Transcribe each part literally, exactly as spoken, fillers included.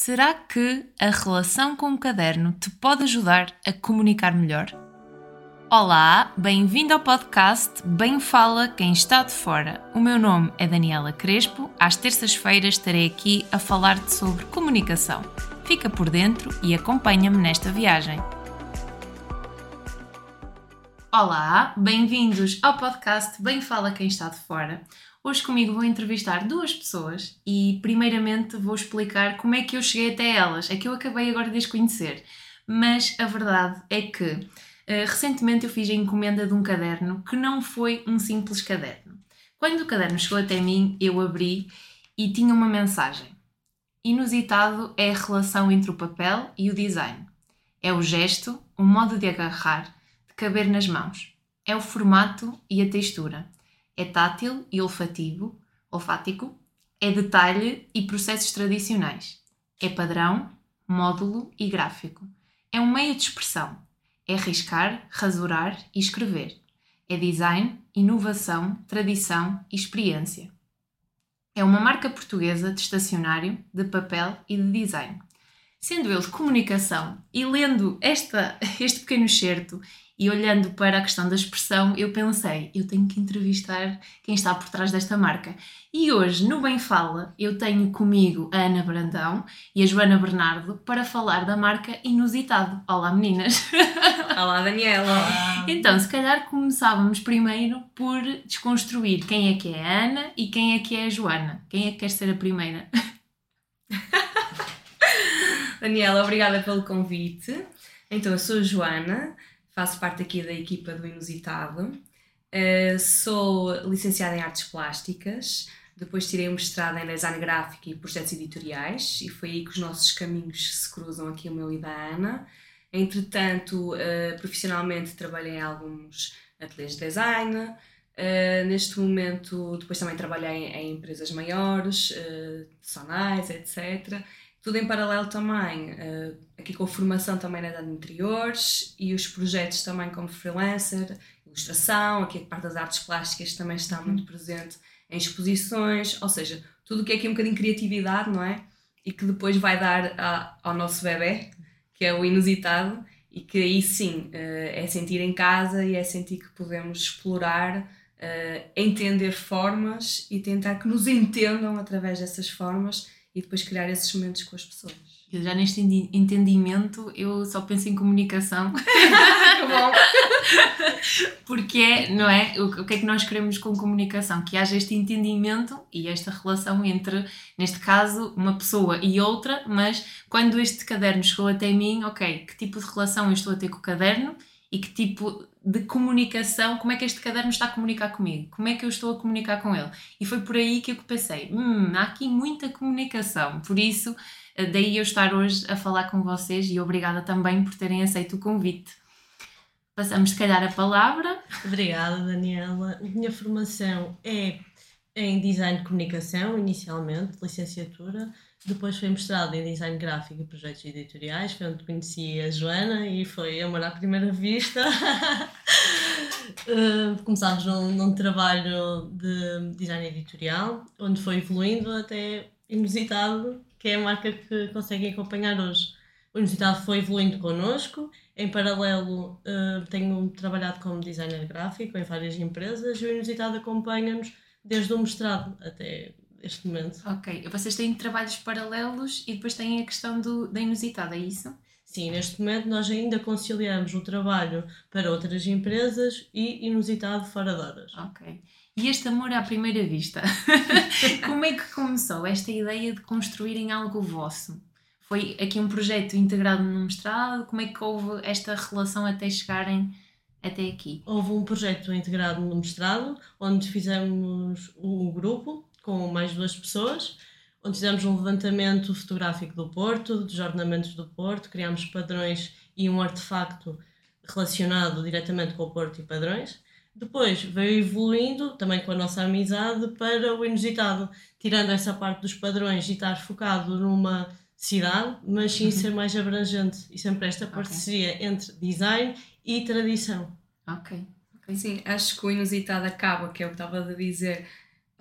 Será que a relação com o caderno te pode ajudar a comunicar melhor? Olá, bem-vindo ao podcast Bem Fala Quem Está de Fora. O meu nome é Daniela Crespo. Às terças-feiras estarei aqui a falar-te sobre comunicação. Fica por dentro e acompanha-me nesta viagem. Olá, bem-vindos ao podcast Bem Fala Quem Está de Fora. Hoje comigo vou entrevistar duas pessoas e primeiramente vou explicar como é que eu cheguei até elas. É que eu acabei agora de as conhecer, mas a verdade é que uh, recentemente eu fiz a encomenda de um caderno que não foi um simples caderno. Quando o caderno chegou até mim, eu abri e tinha uma mensagem. Inusitado é a relação entre o papel e o design. É o gesto, o modo de agarrar, de caber nas mãos. É o formato e a textura. É tátil e olfativo, olfático, é detalhe e processos tradicionais. É padrão, módulo e gráfico. É um meio de expressão. É riscar, rasurar e escrever. É design, inovação, tradição e experiência. É uma marca portuguesa de estacionário, de papel e de design. Sendo ele de comunicação e lendo esta, este pequeno excerto e olhando para a questão da expressão, eu pensei, eu tenho que entrevistar quem está por trás desta marca. E hoje, no Bem Fala, eu tenho comigo a Ana Brandão e a Joana Bernardo para falar da marca Inusitado. Olá, meninas! Olá, Daniela! Olá. Então, se calhar começávamos primeiro por desconstruir quem é que é a Ana e quem é que é a Joana. Quem é que quer ser a primeira? Daniela, obrigada pelo convite. Então, eu sou a Joana, faço parte aqui da equipa do Inusitado. Uh, sou licenciada em Artes Plásticas, depois tirei um mestrado em Design Gráfico e Projetos Editoriais e foi aí que os nossos caminhos se cruzam, aqui o meu e da Ana. Entretanto, uh, profissionalmente trabalhei em alguns ateliês de design. Uh, neste momento, depois também trabalhei em empresas maiores, uh, sonais, etcétera. Tudo em paralelo também, uh, aqui com a formação também na área de interiores e os projetos também como freelancer, ilustração, aqui a parte das artes plásticas também está uhum. muito presente em exposições, ou seja, tudo o que é aqui um bocadinho de criatividade, não é? E que depois vai dar a, ao nosso bebé, que é o Inusitado, e que aí sim uh, é sentir em casa e é sentir que podemos explorar, uh, entender formas e tentar que nos entendam através dessas formas e depois criar esses momentos com as pessoas. Eu já neste entendimento, eu só penso em comunicação. Que bom! Porque é, não é? O que é que nós queremos com comunicação? Que haja este entendimento e esta relação entre, neste caso, uma pessoa e outra, mas quando este caderno chegou até mim, ok, que tipo de relação eu estou a ter com o caderno e que tipo de comunicação, como é que este caderno está a comunicar comigo? Como é que eu estou a comunicar com ele? E foi por aí que eu pensei, hum, há aqui muita comunicação, por isso, daí eu estar hoje a falar com vocês e obrigada também por terem aceito o convite. Passamos, se calhar, a palavra. Obrigada, Daniela. A minha formação é em Design de Comunicação, inicialmente, licenciatura. Depois foi mestrado em Design Gráfico e Projetos Editoriais, foi onde conheci a Joana e foi amor à primeira vista. uh, começámos num, num trabalho de design editorial, onde foi evoluindo até Inusitado, que é a marca que conseguem acompanhar hoje. O Inusitado foi evoluindo connosco. Em paralelo, uh, tenho trabalhado como designer gráfico em várias empresas e o Inusitado acompanha-nos desde o mestrado até este momento. Ok, vocês têm trabalhos paralelos e depois têm a questão do, da Inusitado, é isso? Sim, neste momento nós ainda conciliamos o trabalho para outras empresas e Inusitado fora de horas. Ok. E este amor à primeira vista, como é que começou esta ideia de construírem algo vosso? Foi aqui um projeto integrado no mestrado? Como é que houve esta relação até chegarem até aqui? Houve um projeto integrado no mestrado, onde fizemos um grupo com mais duas pessoas, onde fizemos um levantamento fotográfico do Porto, dos ornamentos do Porto, criámos padrões e um artefacto relacionado diretamente com o Porto e padrões. Depois veio evoluindo, também com a nossa amizade, para o Inusitado, tirando essa parte dos padrões e estar focado numa cidade, mas sim uhum. ser mais abrangente e sempre esta parceria okay. entre design e tradição. Ok. okay. Sim, acho que o Inusitado acaba, que é o que estava a dizer,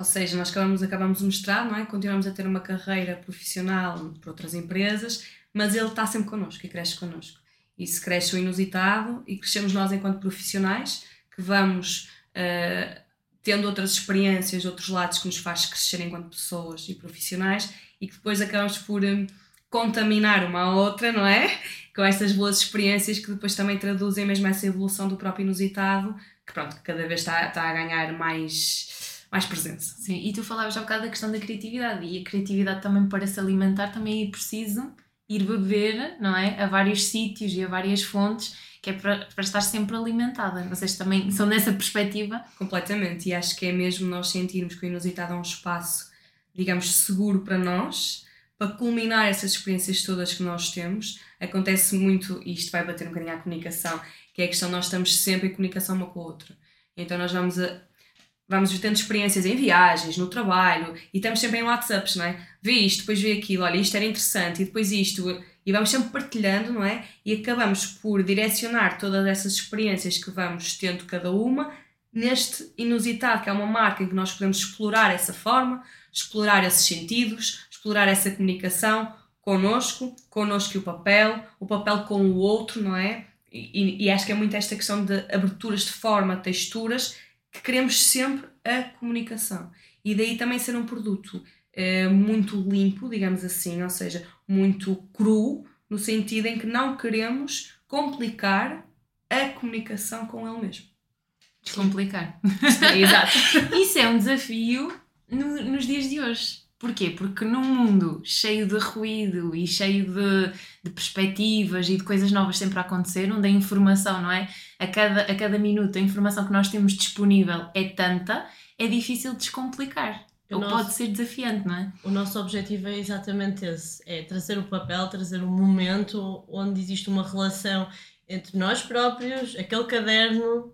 Ou seja, nós acabamos, acabamos o mestrado, não é? Continuamos a ter uma carreira profissional por outras empresas, mas ele está sempre connosco e cresce connosco. E se cresce o inusitado e crescemos nós enquanto profissionais, que vamos uh, tendo outras experiências, outros lados que nos faz crescer enquanto pessoas e profissionais e que depois acabamos por um, contaminar uma à outra, não é? Com estas boas experiências que depois também traduzem mesmo essa evolução do próprio inusitado, que pronto, que cada vez está, está a ganhar mais, mais presença. Sim, e tu falavas há bocado da questão da criatividade, e a criatividade também, para se alimentar, também é preciso ir beber, não é? A vários sítios e a várias fontes, que é para, para estar sempre alimentada. Vocês também são nessa perspectiva? Completamente, e acho que é mesmo nós sentirmos que o inusitado é um espaço, digamos, seguro para nós, para culminar essas experiências todas que nós temos. Acontece muito, e isto vai bater um bocadinho à comunicação, que é a questão de nós estamos sempre em comunicação uma com a outra. Então nós vamos, a, vamos tendo experiências em viagens, no trabalho, e estamos sempre em WhatsApps, não é? Vê isto, depois vê aquilo, olha, isto era interessante, e depois isto, e vamos sempre partilhando, não é? E acabamos por direcionar todas essas experiências que vamos tendo cada uma neste inusitado, que é uma marca em que nós podemos explorar essa forma, explorar esses sentidos, explorar essa comunicação connosco, connosco e o papel, o papel com o outro, não é? E, e acho que é muito esta questão de aberturas de forma, texturas, que queremos sempre a comunicação. E daí também ser um produto eh, muito limpo, digamos assim, ou seja, muito cru, no sentido em que não queremos complicar a comunicação com ele mesmo. Descomplicar. Exato. Isso é um desafio no, nos dias de hoje. Porquê? Porque num mundo cheio de ruído e cheio de, de perspectivas e de coisas novas sempre a acontecer, onde a informação, não é? A cada, a cada minuto a informação que nós temos disponível é tanta, é difícil descomplicar. O Ou nosso, pode ser desafiante, não é? O nosso objetivo é exatamente esse, é trazer o papel, trazer um momento onde existe uma relação entre nós próprios, aquele caderno,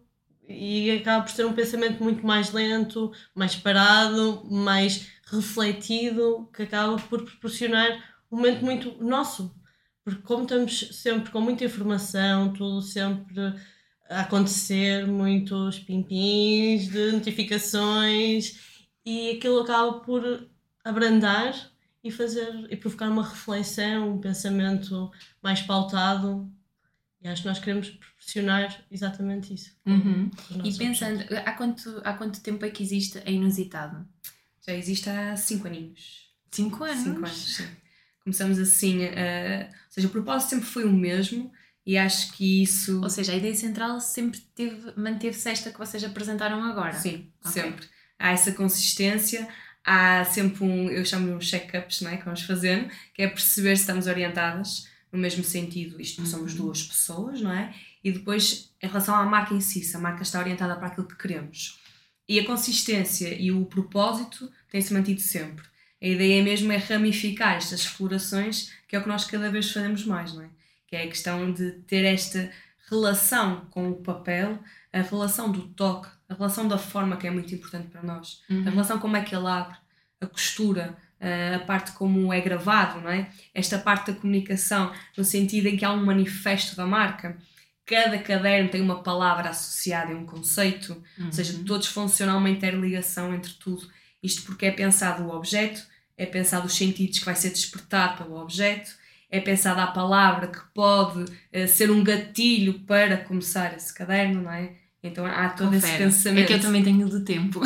e acaba por ser um pensamento muito mais lento, mais parado, mais refletido, que acaba por proporcionar um momento muito nosso. Porque como estamos sempre com muita informação, tudo sempre a acontecer, muitos pimpins de notificações, e aquilo acaba por abrandar e fazer e provocar uma reflexão, um pensamento mais pautado. E acho que nós queremos proporcionar exatamente isso. Uhum. E pensando, há quanto, há quanto tempo é que existe a Inusitado? Já existe há cinco aninhos. Cinco anos? Cinco anos, sim. Começamos assim, uh, ou seja, o propósito sempre foi o mesmo e acho que isso... Ou seja, a ideia central sempre teve, manteve-se esta que vocês apresentaram agora? Sim, okay. Sempre. Há essa consistência, há sempre um, eu chamo-lhe um check-ups, não é, que vamos fazendo, que é perceber se estamos orientadas no mesmo sentido, isto uhum. somos duas pessoas, não é? E depois, em relação à marca em si, se a marca está orientada para aquilo que queremos. E a consistência e o propósito têm-se mantido sempre. A ideia mesmo é ramificar estas explorações, que é o que nós cada vez fazemos mais, não é? Que é a questão de ter esta relação com o papel, a relação do toque, a relação da forma, que é muito importante para nós, uhum. a relação como é que ele abre, a costura, a parte como é gravado, não é? Esta parte da comunicação, no sentido em que há um manifesto da marca. Cada caderno tem uma palavra associada e um conceito, uhum. ou seja, todos funcionam uma interligação entre tudo. Isto porque é pensado o objeto, é pensado os sentidos que vai ser despertado pelo objeto, é pensada a palavra que pode uh, ser um gatilho para começar esse caderno, não é? Então há todo Confere. Esse pensamento. É que eu também tenho do tempo.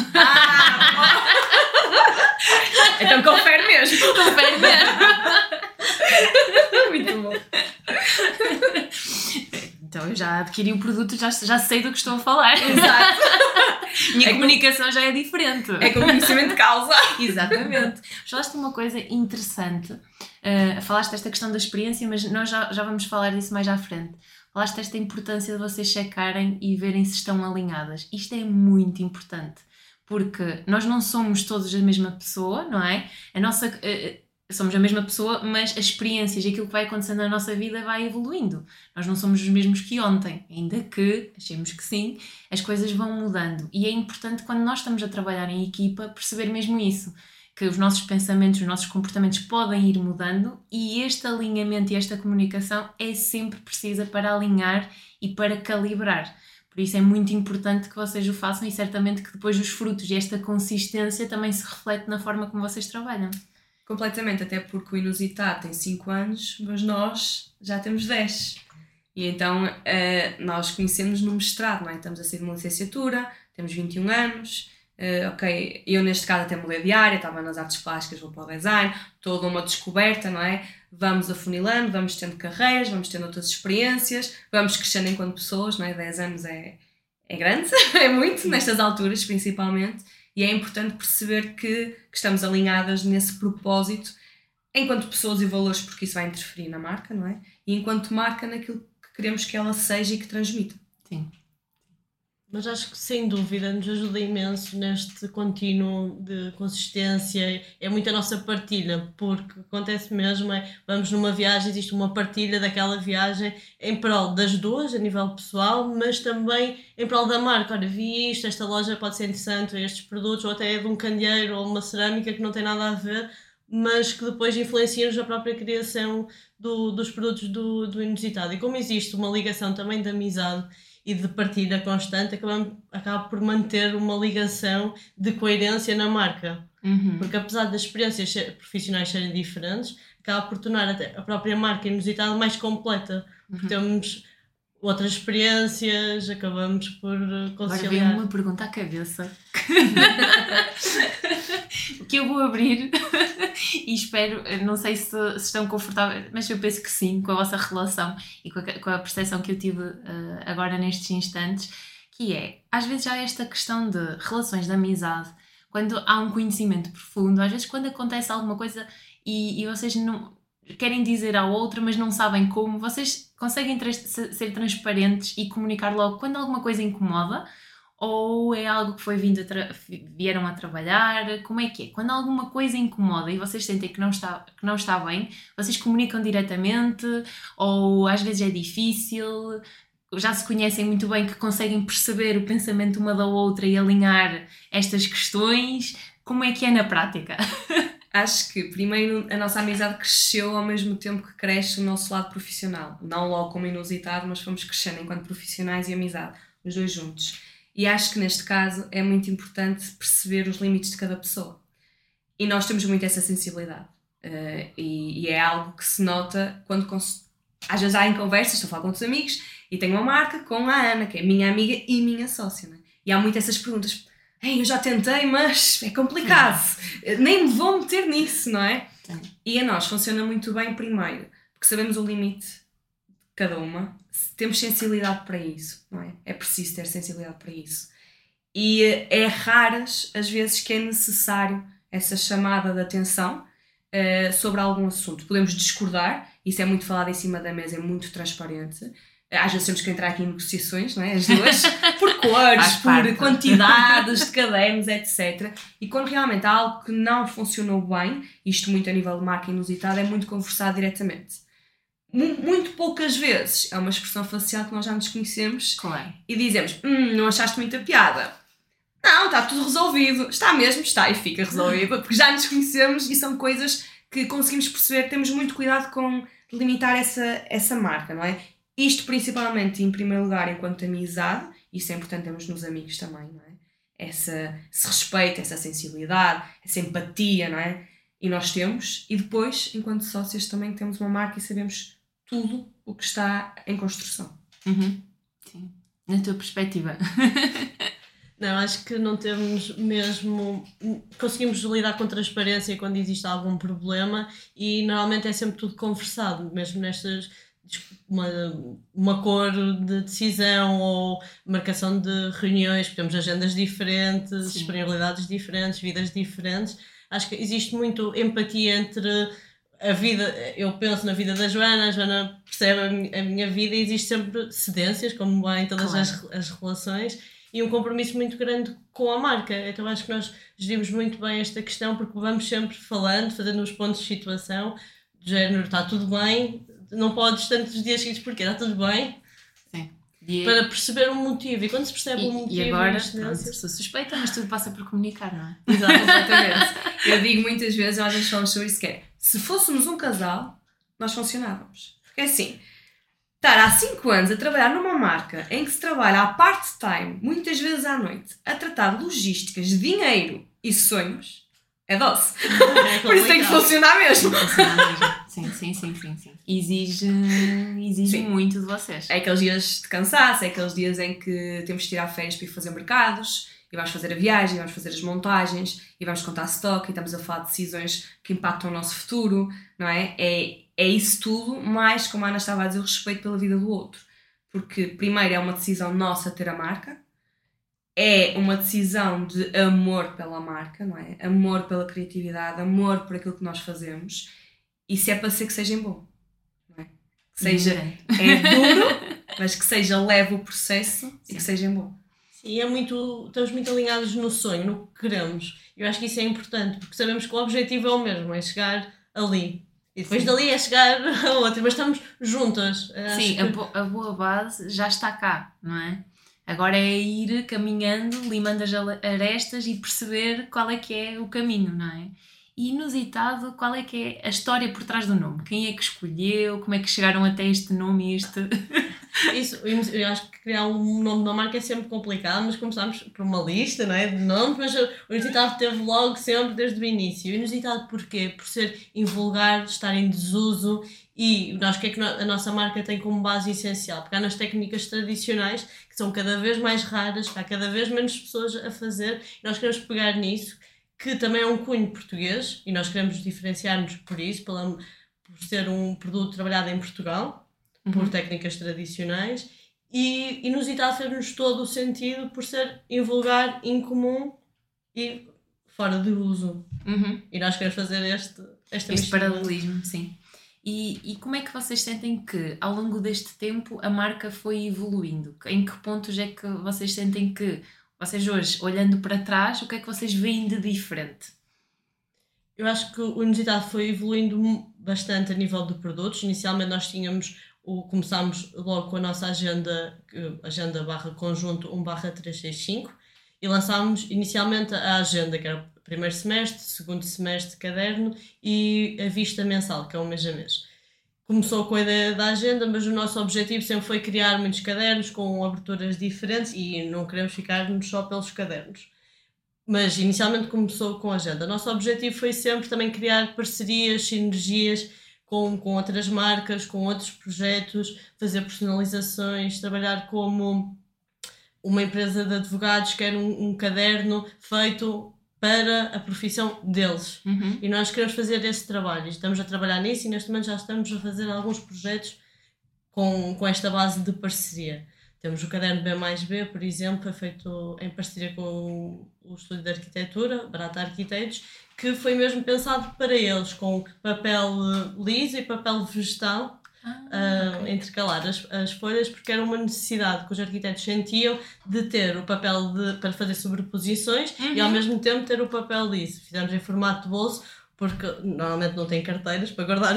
Ah, então confere mesmo. Confere mesmo. Muito bom. Então eu já adquiri o produto, já, já sei do que estou a falar. Exato. Minha é comunicação com... já é diferente. É com conhecimento de causa. Exatamente. Falaste de uma coisa interessante. Uh, falaste desta questão da experiência, mas nós já, já vamos falar disso mais à frente. Falaste desta importância de vocês checarem e verem se estão alinhadas. Isto é muito importante, porque nós não somos todos a mesma pessoa, não é? A nossa, uh, somos a mesma pessoa, mas as experiências e aquilo que vai acontecendo na nossa vida vai evoluindo. Nós não somos os mesmos que ontem, ainda que achemos que sim, as coisas vão mudando. E é importante, quando nós estamos a trabalhar em equipa, perceber mesmo isso, que os nossos pensamentos, os nossos comportamentos podem ir mudando, e este alinhamento e esta comunicação é sempre precisa para alinhar e para calibrar. Por isso é muito importante que vocês o façam e certamente que depois os frutos e esta consistência também se reflete na forma como vocês trabalham. Completamente, até porque o Inusitado tem cinco anos, mas nós já temos dez. E então uh, nós conhecemos no mestrado, não é? Estamos a sair de uma licenciatura, temos vinte e um anos, uh, ok, eu neste caso até mudei de área, estava nas artes plásticas, vou para o design, toda uma descoberta, não é? Vamos afunilando, vamos tendo carreiras, vamos tendo outras experiências, vamos crescendo enquanto pessoas, não é? dez anos é, é grande, é muito, nestas alturas principalmente, e é importante perceber que, que estamos alinhadas nesse propósito enquanto pessoas e valores, porque isso vai interferir na marca, não é? E enquanto marca naquilo que queremos que ela seja e que transmita. Sim. Mas acho que sem dúvida nos ajuda imenso neste contínuo de consistência, é muito a nossa partilha, porque acontece mesmo, é, vamos numa viagem, existe uma partilha daquela viagem em prol das duas, a nível pessoal, mas também em prol da marca. Olha, vi isto, esta loja pode ser interessante, estes produtos, ou até é de um candeeiro ou uma cerâmica que não tem nada a ver, mas que depois influenciam-nos a própria criação do, dos produtos do, do Inusitado. E como existe uma ligação também de amizade e de partilha constante, acaba, acaba por manter uma ligação de coerência na marca. Uhum. Porque apesar das experiências profissionais serem diferentes, acaba por tornar até a própria marca Inusitado mais completa. Porque uhum. temos outras experiências, acabamos por conciliar. Agora veio uma pergunta à cabeça que eu vou abrir e espero, não sei se, se estão confortáveis, mas eu penso que sim, com a vossa relação e com a, com a percepção que eu tive uh, agora nestes instantes, que é, às vezes há esta questão de relações de amizade, quando há um conhecimento profundo, às vezes quando acontece alguma coisa e, e vocês não querem dizer à outra, mas não sabem como, vocês conseguem tra- ser transparentes e comunicar logo quando alguma coisa incomoda, ou é algo que foi vindo a tra- vieram a trabalhar? Como é que é? Quando alguma coisa incomoda e vocês sentem que não está, que não está bem, vocês comunicam diretamente, ou às vezes é difícil, já se conhecem muito bem, que conseguem perceber o pensamento uma da outra e alinhar estas questões? Como é que é na prática? Acho que primeiro a nossa amizade cresceu ao mesmo tempo que cresce o nosso lado profissional. Não logo como Inusitado, mas fomos crescendo enquanto profissionais e amizade, os dois juntos. E acho que neste caso é muito importante perceber os limites de cada pessoa. E nós temos muito essa sensibilidade. Uh, e, e é algo que se nota quando, cons- às vezes há em conversas, estou a falar com outros amigos, e tenho uma marca com a Ana, que é minha amiga e minha sócia. Né? E há muito essas perguntas. Ei, eu já tentei, mas é complicado. Nem me vou meter nisso, não é? Sim. E a nós funciona muito bem primeiro, porque sabemos o limite de cada uma, temos sensibilidade para isso, não é? É preciso ter sensibilidade para isso. E é raras as vezes que é necessário essa chamada de atenção uh, sobre algum assunto. Podemos discordar, isso é muito falado em cima da mesa, é muito transparente. Às vezes temos que entrar aqui em negociações, não é? As duas, por cores, por quantidades de cadernos, etcétera. E quando realmente há algo que não funcionou bem, isto muito a nível de marca Inusitado, é muito conversado diretamente. Muito poucas vezes é uma expressão facial que nós já nos conhecemos, claro. E dizemos, hum, não achaste muita piada? Não, está tudo resolvido. Está mesmo, está e fica resolvido, porque já nos conhecemos e são coisas que conseguimos perceber. Temos muito cuidado com limitar essa, essa marca, não é? Isto principalmente, em primeiro lugar, enquanto amizade, isso é importante, temos nos amigos também, não é? Essa, esse respeito, essa sensibilidade, essa empatia, não é? E nós temos, e depois, enquanto sócios, também temos uma marca e sabemos tudo o que está em construção. Uhum. Sim. Na tua perspectiva. Não, acho que não temos mesmo... Conseguimos lidar com transparência quando existe algum problema e normalmente é sempre tudo conversado, mesmo nestas... Uma, uma cor de decisão ou marcação de reuniões, porque temos agendas diferentes, Sim. disponibilidades diferentes, vidas diferentes. Acho que existe muito empatia entre a vida, eu penso na vida da Joana, a Joana percebe a minha, a minha vida e existe sempre cedências, como há em todas claro. as, as relações, e um compromisso muito grande com a marca. Então acho que nós gerimos muito bem esta questão, porque vamos sempre falando, fazendo os pontos de situação, do género, está tudo bem, não podes tantos dias seguidos porque está tudo bem. Sim. E para perceber o motivo. E quando se percebe e, o motivo... E agora, pronto, sou suspeita, mas tudo passa por comunicar, não é? Exato, exatamente. Eu digo muitas vezes, nós já falamos sobre isso, que é, se fôssemos um casal, nós funcionávamos. Porque é assim, estar há cinco anos a trabalhar numa marca em que se trabalha a part-time, muitas vezes à noite, a tratar de logísticas, de dinheiro e sonhos, é doce. É Por isso tem que funcionar mesmo. Tem que funcionar mesmo. Sim, sim, sim, sim, sim. Exige, exige sim. muito de vocês. É aqueles dias de cansaço, é aqueles dias em que temos de tirar férias para ir fazer mercados, e vamos fazer a viagem, e vamos fazer as montagens, e vamos contar stock, e estamos a falar de decisões que impactam o nosso futuro, não é? É, é isso tudo, mais, como a Ana estava a dizer, o respeito pela vida do outro. Porque, primeiro, é uma decisão nossa ter a marca, é uma decisão de amor pela marca, não é? Amor pela criatividade, amor por aquilo que nós fazemos, e se é para ser que seja em bom, não é? Que seja, é duro, mas que seja leve o processo Sim. e que seja em bom. E é muito, estamos muito alinhados no sonho, no que queremos. Eu acho que isso é importante, porque sabemos que o objetivo é o mesmo, é chegar ali. E depois Sim. dali é chegar a outra, mas estamos juntas. Sim, que... a, bo- a boa base já está cá, não é? Agora é ir caminhando, limando as arestas e perceber qual é que é o caminho, não é? E inusitado, qual é que é a história por trás do nome? Quem é que escolheu? Como é que chegaram até este nome e este... Isso, eu acho que criar um nome da marca é sempre complicado, mas começámos por uma lista, não é, de nomes, mas o Inusitado teve logo sempre desde o início. O Inusitado porquê? Por ser invulgar, estar em desuso, e nós, o que é que a nossa marca tem como base essencial? Pegar nas técnicas tradicionais, que são cada vez mais raras, há cada vez menos pessoas a fazer, e nós queremos pegar nisso, que também é um cunho português, e nós queremos diferenciar-nos por isso, pela, por ser um produto trabalhado em Portugal, uhum. por técnicas tradicionais, e Inusitado fez-nos todo o sentido por ser invulgar, incomum e fora de uso. Uhum. E nós queremos fazer este, esta este paralelismo, sim. E, e como é que vocês sentem que, ao longo deste tempo, a marca foi evoluindo? Em que pontos é que vocês sentem que, vocês hoje, olhando para trás, o que é que vocês veem de diferente? Eu acho que o Inusitado foi evoluindo bastante a nível de produtos. Inicialmente nós tínhamos, o, começámos logo com a nossa agenda, agenda barra conjunto um barra trezentos e sessenta e cinco, e lançámos inicialmente a agenda, que era o primeiro semestre, segundo semestre, caderno, e a vista mensal, que é um mês a mês. Começou com a ideia da agenda, mas o nosso objetivo sempre foi criar muitos cadernos com aberturas diferentes e não queremos ficar-nos só pelos cadernos. Mas inicialmente começou com a agenda. O nosso objetivo foi sempre também criar parcerias, sinergias com, com outras marcas, com outros projetos, fazer personalizações, trabalhar como uma empresa de advogados quer um, um caderno feito para a profissão deles. Uhum. E nós queremos fazer esse trabalho. Estamos a trabalhar nisso e neste momento já estamos a fazer alguns projetos com, com esta base de parceria. Temos o caderno B mais B, por exemplo, é feito em parceria com o Estúdio de Arquitetura, Barata Arquitetos, que foi mesmo pensado para eles, com papel liso e papel vegetal, ah, uh, okay. intercalar as, as folhas, porque era uma necessidade que os arquitetos sentiam de ter o papel de, para fazer sobreposições, uhum. e ao mesmo tempo ter o papel liso. Fizemos em formato de bolso, porque normalmente não têm carteiras para guardar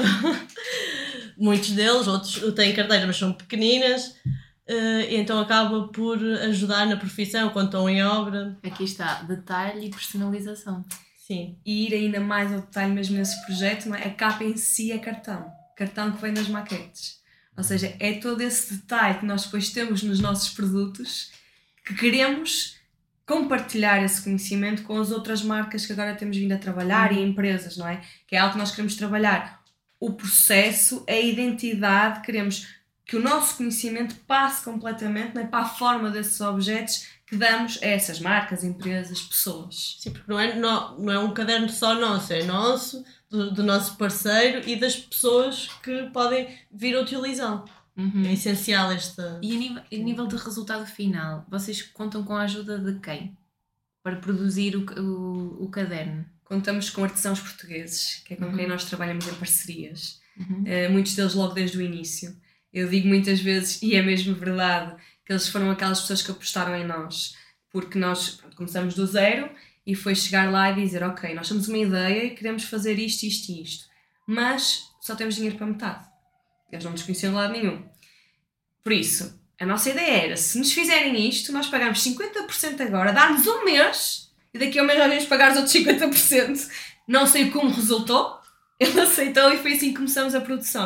muitos deles, outros têm carteiras mas são pequeninas. Uh, então acaba por ajudar na profissão quando estão em obra. Aqui está, detalhe e personalização. Sim. E ir ainda mais ao detalhe mesmo nesse projeto, não é? A capa em si é cartão. Cartão que vem das maquetes. Ou seja, é todo esse detalhe que nós depois temos nos nossos produtos que queremos compartilhar esse conhecimento com as outras marcas que agora temos vindo a trabalhar uhum. e empresas, não é? Que é algo que nós queremos trabalhar. O processo, a identidade, queremos que o nosso conhecimento passe completamente, não é, para a forma desses objetos que damos a essas marcas, empresas, pessoas. Sim, porque não é, não, não é um caderno só nosso, é nosso, do, do nosso parceiro e das pessoas que podem vir a utilizá-lo. Uhum. É essencial esta... E a nível, a nível de resultado final, vocês contam com a ajuda de quem? Para produzir o, o, o caderno? Contamos com artesãos portugueses, que é com uhum. quem nós trabalhamos em parcerias. Uhum. Uh, muitos deles logo desde o início. Eu digo muitas vezes, e é mesmo verdade, que eles foram aquelas pessoas que apostaram em nós, porque nós começamos do zero e foi chegar lá e dizer, ok, nós temos uma ideia e queremos fazer isto, isto e isto, mas só temos dinheiro para metade. Eles não nos conheciam de lado nenhum. Por isso, a nossa ideia era, se nos fizerem isto, nós pagamos cinquenta por cento agora, dá-nos um mês, e daqui a um mês já vamos pagar os outros cinquenta por cento. Não sei como resultou, ele aceitou e foi assim que começamos a produção.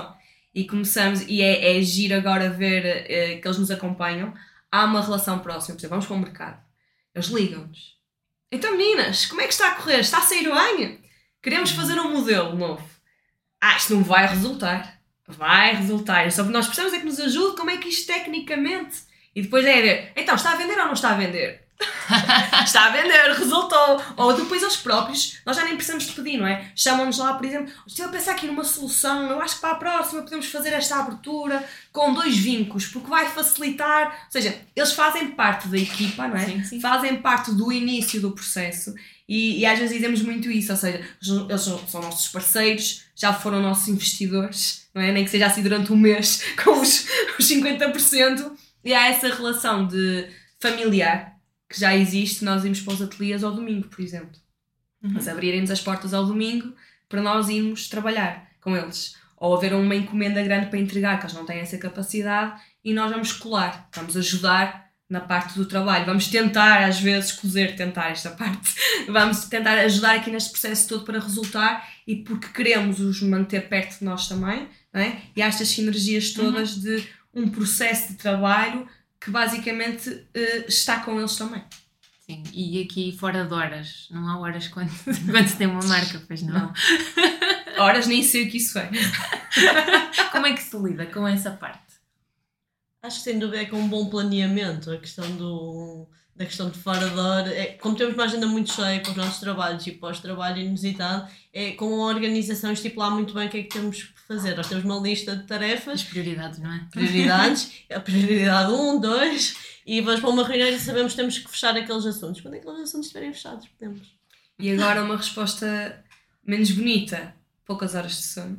e começamos, e é, é giro agora ver é, que eles nos acompanham, há uma relação próxima, por exemplo, vamos para o mercado, eles ligam-nos. Então meninas, como é que está a correr? Está a sair bem? Queremos fazer um modelo novo. Ah, isto não vai resultar. Vai resultar. Só que nós precisamos é que nos ajude como é que isto tecnicamente... E depois é a ver, então, está a vender ou não está a vender? Está a vender, resultou. Ou depois eles próprios, nós já nem precisamos de pedir, não é? Chamam-nos lá, por exemplo, estou a pensar aqui numa solução, eu acho que para a próxima podemos fazer esta abertura com dois vincos, porque vai facilitar. Ou seja, eles fazem parte da equipa, não é? Sim, sim. Fazem parte do início do processo. E, e às vezes dizemos muito isso, ou seja, eles são, são nossos parceiros, já foram nossos investidores, não é? Nem que seja assim durante um mês, com os, os cinquenta por cento. E há essa relação de familiar que já existe. Nós irmos para os ateliês ao domingo, por exemplo. Uhum. Mas abrirem-nos as portas ao domingo para nós irmos trabalhar com eles. Ou haver uma encomenda grande para entregar, que eles não têm essa capacidade, e nós vamos colar, vamos ajudar na parte do trabalho. Vamos tentar, às vezes, cozer, tentar esta parte. Vamos tentar ajudar aqui neste processo todo para resultar, e porque queremos os manter perto de nós também, não é? E há estas sinergias todas uhum. de um processo de trabalho que basicamente uh, está com eles também. Sim, e aqui fora de horas, não há horas quando, quando se tem uma marca, pois não? não. Horas nem sei o que isso é. Como é que se lida com essa parte? Acho que sem dúvida é com um bom planeamento, a questão do, da questão de fora de hora, é, como temos uma agenda muito cheia com os nossos trabalhos e pós-trabalho inusitado, é com a organização estipular muito bem o que é que temos que fazer. Nós temos uma lista de tarefas. As prioridades, não é? Prioridades, a prioridade um, dois, e vamos para uma reunião e sabemos que temos que fechar aqueles assuntos. Quando aqueles assuntos estiverem fechados, podemos. E agora uma resposta menos bonita, poucas horas de sono.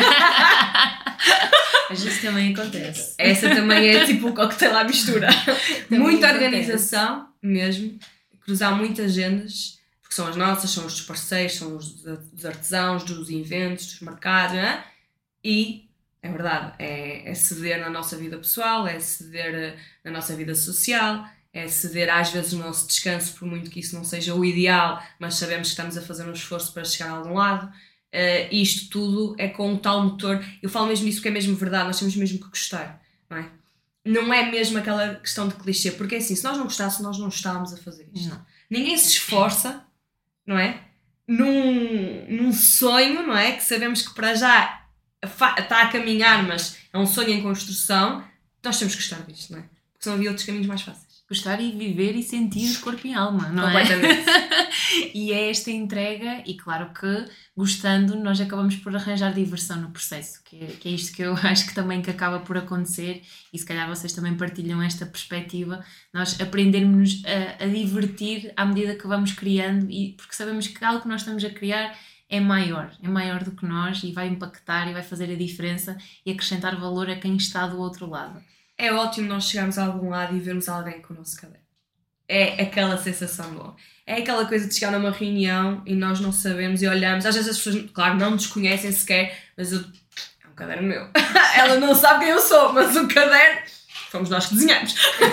Às vezes também acontece. Essa também é tipo o coquetel à mistura. Muita acontece. Organização, mesmo. Cruzar muitas agendas, porque são as nossas, são os dos parceiros, são os dos artesãos, dos eventos, dos mercados, não é? E, é verdade, é, é ceder na nossa vida pessoal, é ceder na nossa vida social, é ceder às vezes o nosso descanso, por muito que isso não seja o ideal, mas sabemos que estamos a fazer um esforço para chegar a algum lado. Uh, isto tudo é com o tal motor. Eu falo mesmo isso porque é mesmo verdade, nós temos mesmo que gostar, não é? Não é mesmo aquela questão de clichê, porque é assim, se nós não gostássemos, nós não estávamos a fazer isto. Não. Ninguém se esforça, não é? Num, num sonho, não é? Que sabemos que para já está a caminhar, mas é um sonho em construção. Nós temos que gostar disto, não é? Porque senão havia outros caminhos mais fáceis. Gostar e viver e sentir de corpo e alma, não Completamente. é? E é esta entrega, e claro que gostando nós acabamos por arranjar diversão no processo, que é, que é isto que eu acho que também que acaba por acontecer, e se calhar vocês também partilham esta perspectiva, nós aprendermos a, a divertir à medida que vamos criando, e porque sabemos que algo que nós estamos a criar é maior, é maior do que nós e vai impactar e vai fazer a diferença e acrescentar valor a quem está do outro lado. É ótimo nós chegarmos a algum lado e vermos alguém com o nosso caderno. É aquela sensação boa. É aquela coisa de chegar numa reunião e nós não sabemos e olhamos. Às vezes as pessoas, claro, não nos conhecem sequer, mas eu, é um caderno meu. Ela não sabe quem eu sou, mas o caderno fomos nós que desenhamos.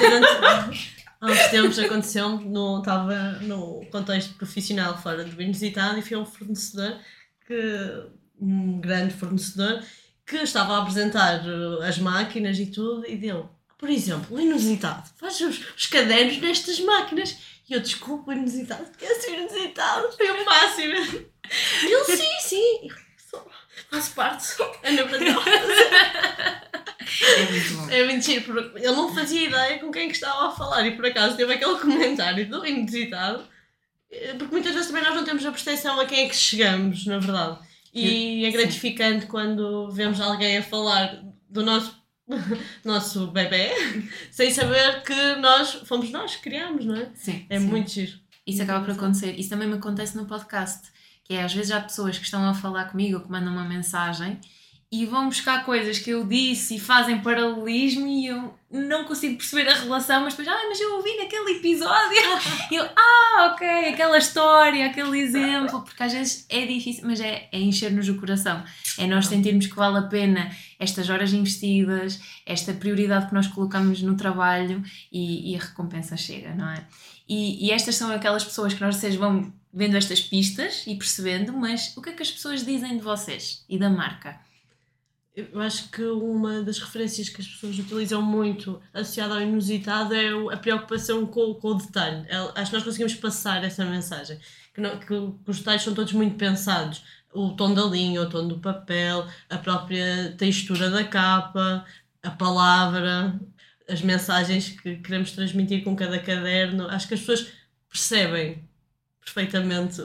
Há uns tempos aconteceu, no, estava no contexto profissional fora do Inusitado e foi um fornecedor, que, um grande fornecedor, que estava a apresentar as máquinas e tudo, e deu, por exemplo, o Inusitado, faz os, os cadernos nestas máquinas. E eu, desculpa, o Inusitado, porque esse Inusitado foi o máximo. E ele, sim, sim, eu sou, faço parte, ando para trás. É muito bom. É mentira, ele não fazia ideia com quem que estava a falar, e por acaso teve aquele comentário do Inusitado, porque muitas vezes também nós não temos a percepção a quem é que chegamos, na verdade. E é gratificante quando vemos alguém a falar do nosso, nosso bebê sem saber que nós fomos nós que criámos, não é? Sim. É sim. muito giro. Isso acaba por acontecer. Isso também me acontece no podcast, que é às vezes há pessoas que estão a falar comigo ou que mandam uma mensagem e vão buscar coisas que eu disse e fazem paralelismo e eu não consigo perceber a relação, mas depois, ah, mas eu ouvi naquele episódio e eu, ah, ok, aquela história, aquele exemplo, porque às vezes é difícil, mas é, é encher-nos o coração, é nós sentirmos que vale a pena estas horas investidas, esta prioridade que nós colocamos no trabalho e, e a recompensa chega, não é? E, e estas são aquelas pessoas que nós vocês vão vendo estas pistas e percebendo, mas o que é que as pessoas dizem de vocês e da marca? Eu acho que uma das referências que as pessoas utilizam muito associada ao inusitado é a preocupação com, com o detalhe. Acho que nós conseguimos passar essa mensagem, que, não, que, que os detalhes são todos muito pensados. O tom da linha, o tom do papel, a própria textura da capa, a palavra, as mensagens que queremos transmitir com cada caderno. Acho que as pessoas percebem perfeitamente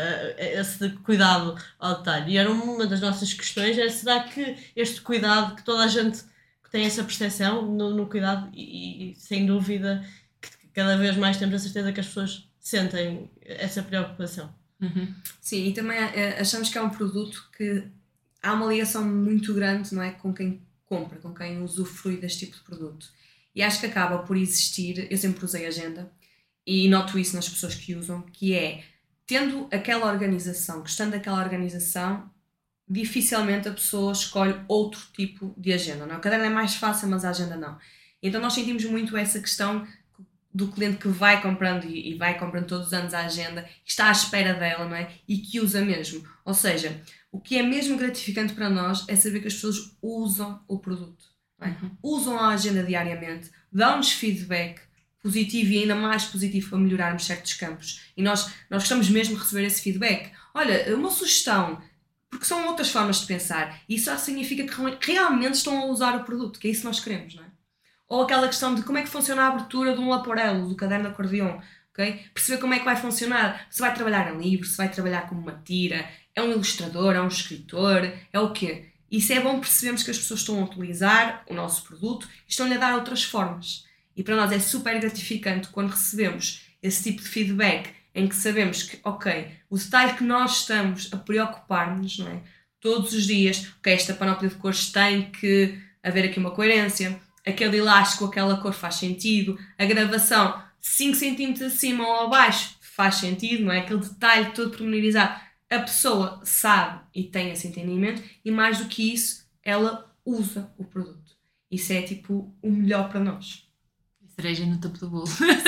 esse cuidado ao detalhe. E era uma das nossas questões, é será que este cuidado, que toda a gente tem essa percepção no, no cuidado, e, e sem dúvida que cada vez mais temos a certeza que as pessoas sentem essa preocupação. Uhum. Sim, e também achamos que é um produto que há uma ligação muito grande, não é, com quem compra, com quem usufrui deste tipo de produto. E acho que acaba por existir, eu sempre usei agenda, e noto isso nas pessoas que usam, que é, tendo aquela organização, gostando daquela organização, dificilmente a pessoa escolhe outro tipo de agenda. Não é? O caderno é mais fácil, mas a agenda não. Então nós sentimos muito essa questão do cliente que vai comprando e, e vai comprando todos os anos a agenda, está à espera dela, não é? E que usa mesmo. Ou seja, o que é mesmo gratificante para nós é saber que as pessoas usam o produto. Não é? Uhum. Usam a agenda diariamente, dão-nos feedback positivo e ainda mais positivo para melhorarmos certos campos. E nós, nós gostamos mesmo de receber esse feedback. Olha, uma sugestão, porque são outras formas de pensar. E isso já significa que realmente estão a usar o produto, que é isso que nós queremos, não é? Ou aquela questão de como é que funciona a abertura de um laporello, do caderno de acordeão, ok? Perceber como é que vai funcionar. Se vai trabalhar em livro, se vai trabalhar como uma tira, é um ilustrador, é um escritor, é o quê? Isso é bom percebermos que as pessoas estão a utilizar o nosso produto e estão-lhe a dar outras formas. E para nós é super gratificante quando recebemos esse tipo de feedback em que sabemos que, ok, o detalhe que nós estamos a preocupar-nos, não é? Todos os dias, ok, esta panóplia de cores tem que haver aqui uma coerência, aquele elástico, aquela cor faz sentido, a gravação cinco centímetros acima ou abaixo faz sentido, não é? Aquele detalhe todo pormenorizado. A pessoa sabe e tem esse entendimento e mais do que isso, ela usa o produto. Isso é tipo o melhor para nós. Cereja no topo do bolo.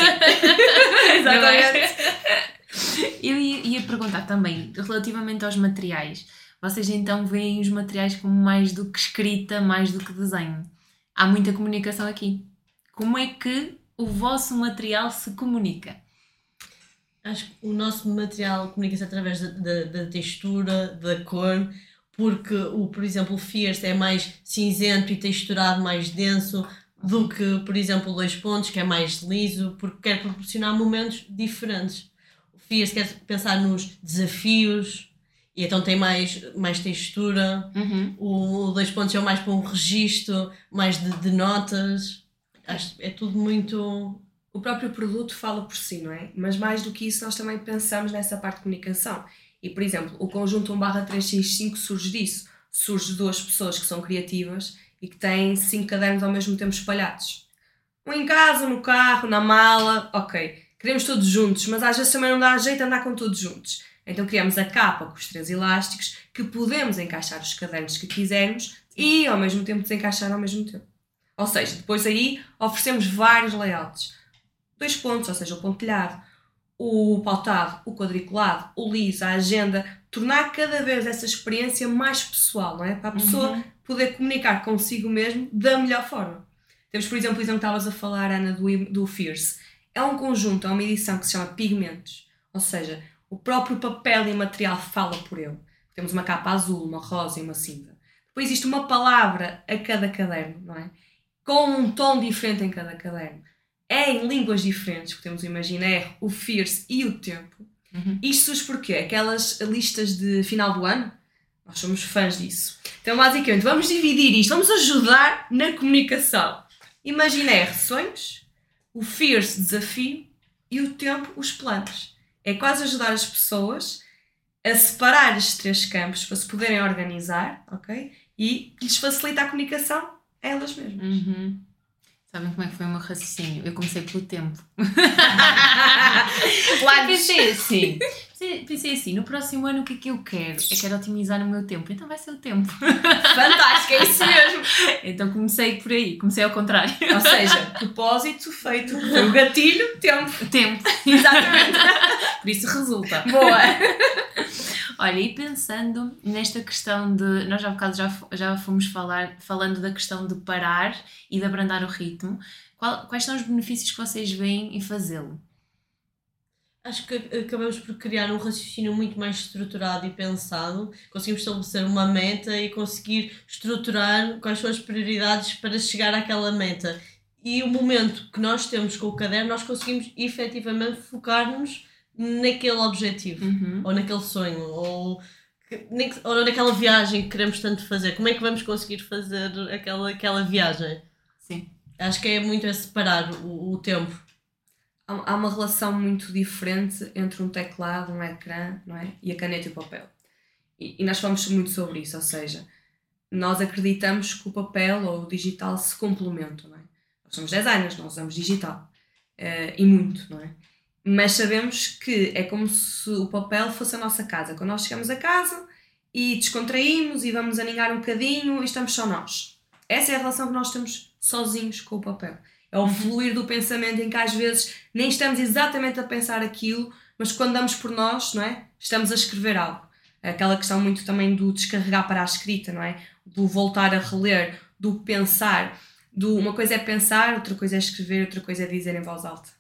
Exatamente. Eu ia, ia perguntar também, relativamente aos materiais, vocês então veem os materiais como mais do que escrita, mais do que desenho. Há muita comunicação aqui. Como é que o vosso material se comunica? Acho que o nosso material comunica-se através da, da, da textura, da cor, porque, o, por exemplo, o Fierce é mais cinzento e texturado, mais denso, do que, por exemplo, o Dois Pontos, que é mais liso, porque quer proporcionar momentos diferentes. O Fierce quer pensar nos desafios, e então tem mais, mais textura. Uhum. O, o Dois Pontos é mais para um registro, mais de, de notas. Acho que é tudo muito... O próprio produto fala por si, não é? Mas mais do que isso, nós também pensamos nessa parte de comunicação. E, por exemplo, o conjunto um barra três seis cinco surge disso. Surge de duas pessoas que são criativas e que têm cinco cadernos ao mesmo tempo espalhados. Um em casa, no carro, na mala, ok. Queremos todos juntos, mas às vezes também não dá jeito de andar com todos juntos. Então criamos a capa com os três elásticos que podemos encaixar os cadernos que quisermos e ao mesmo tempo desencaixar ao mesmo tempo. Ou seja, depois aí oferecemos vários layouts. Dois pontos, ou seja, o pontilhado, o pautado, o quadriculado, o liso, a agenda, tornar cada vez essa experiência mais pessoal, não é? Para a pessoa uhum. poder comunicar consigo mesmo da melhor forma. Temos, por exemplo, o exemplo que estavas a falar, Ana, do, do Fierce. É um conjunto, é uma edição que se chama Pigmentos, ou seja, o próprio papel e material fala por ele. Temos uma capa azul, uma rosa e uma cinza. Depois existe uma palavra a cada caderno, não é? Com um tom diferente em cada caderno. É em línguas diferentes, porque temos o Imaginário, o Fierce e o Tempo. Uhum. Isto surge porquê? Aquelas listas de final do ano, nós somos fãs disso. Então, basicamente, vamos dividir isto, vamos ajudar na comunicação. Imaginário, sonhos, o Fierce, desafio, e o Tempo, os planos. É quase ajudar as pessoas a separar estes três campos para se poderem organizar, ok? E lhes facilita a comunicação a elas mesmas. Uhum. Sabem como é que foi o meu raciocínio? Eu comecei pelo tempo. Claro. Pensei assim, pensei assim, no próximo ano o que é que eu quero? Eu quero otimizar o meu tempo, então vai ser o tempo. Fantástico, é isso mesmo. Então comecei por aí, comecei ao contrário. Ou seja, propósito feito, foi o gatilho, tempo. Tempo. Exatamente. Por isso resulta. Boa. Olha, e pensando nesta questão de... Nós há bocado já, já fomos falar, falando da questão de parar e de abrandar o ritmo. Qual, quais são os benefícios que vocês veem em fazê-lo? Acho que acabamos por criar um raciocínio muito mais estruturado e pensado. Conseguimos estabelecer uma meta e conseguir estruturar quais são as prioridades para chegar àquela meta. E o momento que nós temos com o caderno, nós conseguimos efetivamente focar-nos naquele objetivo, Uhum. ou naquele sonho, ou, ou naquela viagem que queremos tanto fazer. Como é que vamos conseguir fazer aquela, aquela viagem? Sim. Acho que é muito é separar o, o tempo. Há uma relação muito diferente entre um teclado, um ecrã, não é? E a caneta e o papel. E, e nós falamos muito sobre isso, ou seja, nós acreditamos que o papel ou o digital se complementam, não é? Nós somos designers, nós usamos digital. Uh, e muito, não é? Mas sabemos que é como se o papel fosse a nossa casa. Quando nós chegamos a casa e descontraímos e vamos aninhar um bocadinho e estamos só nós. Essa é a relação que nós temos sozinhos com o papel. É o fluir do pensamento em que às vezes nem estamos exatamente a pensar aquilo, mas quando damos por nós, não é? Estamos a escrever algo. Aquela questão muito também do descarregar para a escrita, não é? Do voltar a reler, do pensar. Do, uma coisa é pensar, outra coisa é escrever, outra coisa é dizer em voz alta.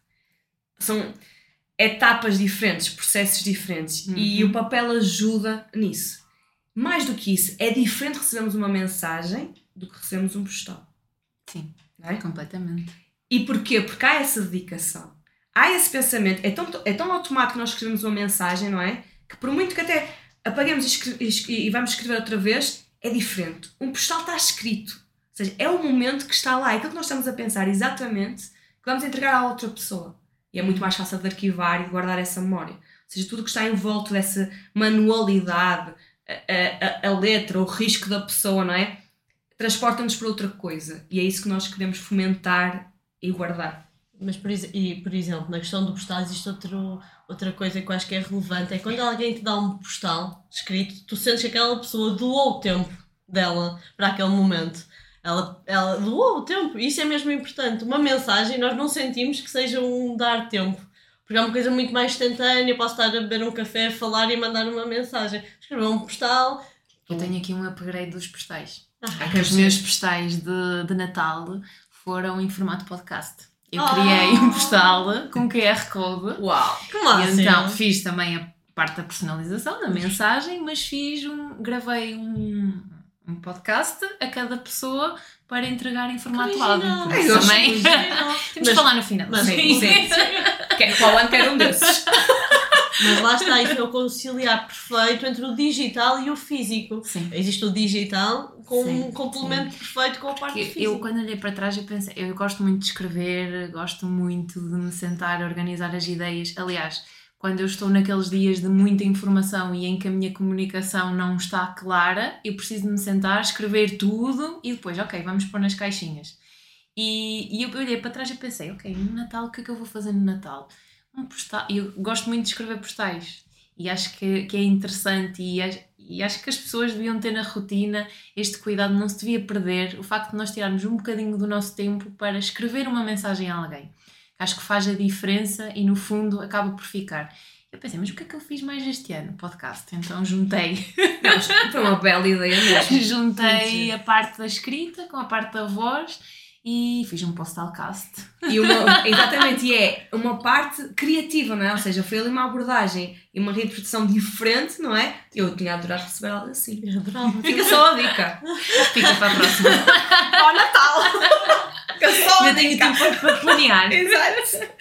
São etapas diferentes, processos diferentes. Uhum. E o papel ajuda nisso. Mais do que isso, é diferente recebermos uma mensagem do que recebemos um postal. Sim, não é? Completamente. E porquê? Porque há essa dedicação. Há esse pensamento. É tão, é tão automático que nós escrevemos uma mensagem, não é? Que por muito que até apaguemos e, escre- e vamos escrever outra vez, é diferente. Um postal está escrito. Ou seja, é o momento que está lá. É aquilo que nós estamos a pensar exatamente que vamos entregar à outra pessoa. E é muito mais fácil de arquivar e de guardar essa memória. Ou seja, tudo que está em volta dessa manualidade, a, a, a letra, o risco da pessoa, não é? Transporta-nos para outra coisa. E é isso que nós queremos fomentar e guardar. Mas, por, e, por exemplo, na questão do postal existe outro, outra coisa que eu acho que é relevante. É quando alguém te dá um postal escrito, tu sentes que aquela pessoa doou o tempo dela para aquele momento. Ela, ela doou o tempo. E isso é mesmo importante. Uma mensagem, nós não sentimos que seja um dar tempo. Porque é uma coisa muito mais instantânea. Eu posso estar a beber um café, falar e mandar uma mensagem. Escrever um postal. Eu tenho aqui um upgrade dos postais. Ah, Os meus postais de, de Natal foram em formato podcast. Eu Oh! criei um postal com Q R Code. Uau! Que E massa! então fiz também a parte da personalização da mensagem, mas fiz um, gravei um, um podcast a cada pessoa para entregar em formato áudio. Por isso também temos de falar no final. Mas, Sim, sim. Quer, qual ano quer um desses? mas lá está, isso é o conciliar perfeito entre o digital e o físico. Sim. Existe o digital com Sim, um complemento sim. perfeito com a parte Eu, física. eu, quando olhei para trás, eu pensei, eu gosto muito de escrever, gosto muito de me sentar a organizar as ideias. Aliás, quando eu estou naqueles dias de muita informação e em que a minha comunicação não está clara, eu preciso de me sentar, escrever tudo e depois, ok, vamos pôr nas caixinhas. E, e eu olhei para trás e pensei, ok, no Natal, o que é que eu vou fazer no Natal? Um postal. Eu gosto muito de escrever postais e acho que, que é interessante e acho, e acho que as pessoas deviam ter na rotina este cuidado, não se devia perder o facto de nós tirarmos um bocadinho do nosso tempo para escrever uma mensagem a alguém. Acho que faz a diferença e no fundo acaba por ficar. Eu pensei, mas o que é que eu fiz mais este ano? Podcast. Então juntei. Não, foi uma bela ideia mesmo. juntei a parte da escrita com a parte da voz e fiz um postalcast. E uma, exatamente, e é uma parte criativa, não é? Ou seja, foi ali uma abordagem e uma reinterpretação diferente, não é? Eu tinha adorado receber algo assim. Eu adorava. Fica só a dica. Fica para a próxima. Ao Natal! Fica só a Eu tenho dica. tempo para planear. Exato.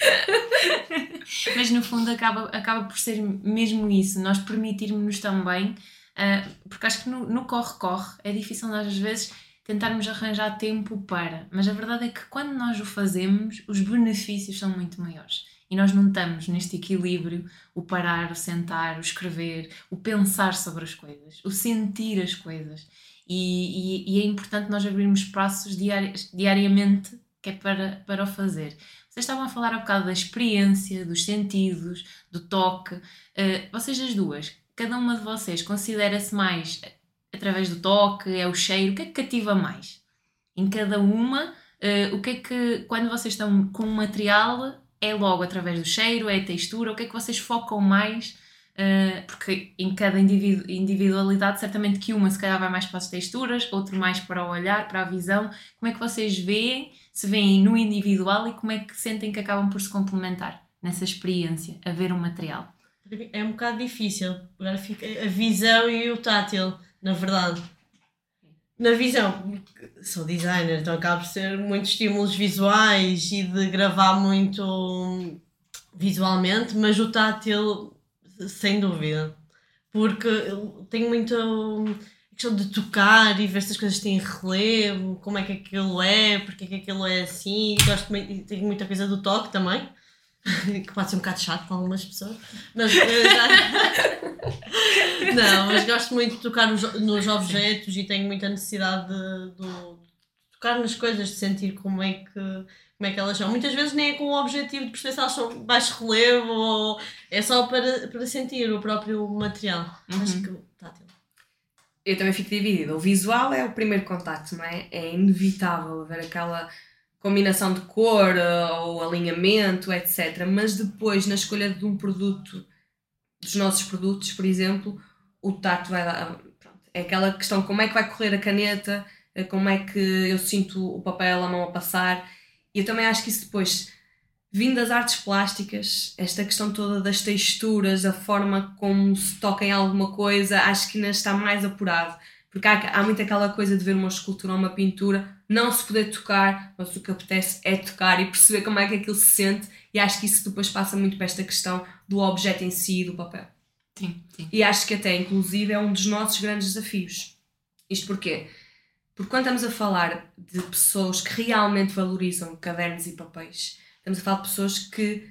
Mas no fundo acaba, acaba por ser mesmo isso, nós permitirmos-nos também, uh, porque acho que no, no corre-corre é difícil nós às vezes tentarmos arranjar tempo para, mas a verdade é que quando nós o fazemos, os benefícios são muito maiores. E nós não estamos neste equilíbrio, o parar, o sentar, o escrever, o pensar sobre as coisas, o sentir as coisas. E, e, e é importante nós abrirmos espaços diari- diariamente que é para, para o fazer. Vocês estavam a falar há bocado da experiência, dos sentidos, do toque. Uh, vocês as duas, cada uma de vocês considera-se mais através do toque, é o cheiro, o que é que cativa mais? Em cada uma, uh, o que é que, quando vocês estão com um material, é logo através do cheiro, é a textura, o que é que vocês focam mais Uh, porque em cada individu- individualidade, certamente que uma se calhar vai mais para as texturas, outro mais para o olhar, para a visão. Como é que vocês veem, se veem no individual e como é que sentem que acabam por se complementar nessa experiência, a ver um material? É um bocado difícil, agora fica a visão e o tátil, na verdade. Na visão, sou designer, então acabo por ser muitos estímulos visuais e de gravar muito visualmente, mas o tátil, sem dúvida, porque eu tenho muito a questão de tocar e ver se as coisas têm relevo, como é que aquilo é, porque é que aquilo é assim, e gosto muito, tenho muita coisa do toque também, que pode ser um bocado chato para algumas pessoas, mas eu já... não, mas gosto muito de tocar nos, nos objetos e tenho muita necessidade de, de, de tocar nas coisas, de sentir como é que como é que elas são. Muitas vezes nem é com o objetivo de perceber se elas são baixo relevo ou é só para, para sentir o próprio material. Uhum. Acho que tátil. Eu também fico dividida. O visual é o primeiro contacto, não é? É inevitável haver aquela combinação de cor ou alinhamento, etcétera. Mas depois, na escolha de um produto, dos nossos produtos, por exemplo, o tato vai dar... Pronto, é aquela questão, como é que vai correr a caneta, como é que eu sinto o papel, a mão a passar... E eu também acho que isso depois, vindo das artes plásticas, esta questão toda das texturas, a forma como se toca em alguma coisa, acho que ainda está mais apurado. Porque há, há muito aquela coisa de ver uma escultura ou uma pintura, não se poder tocar, mas o que apetece é tocar e perceber como é que aquilo se sente. E acho que isso depois passa muito para esta questão do objeto em si e do papel. Sim, sim. E acho que até, inclusive, é um dos nossos grandes desafios. Isto porquê? Porque quando estamos a falar de pessoas que realmente valorizam cadernos e papéis, estamos a falar de pessoas que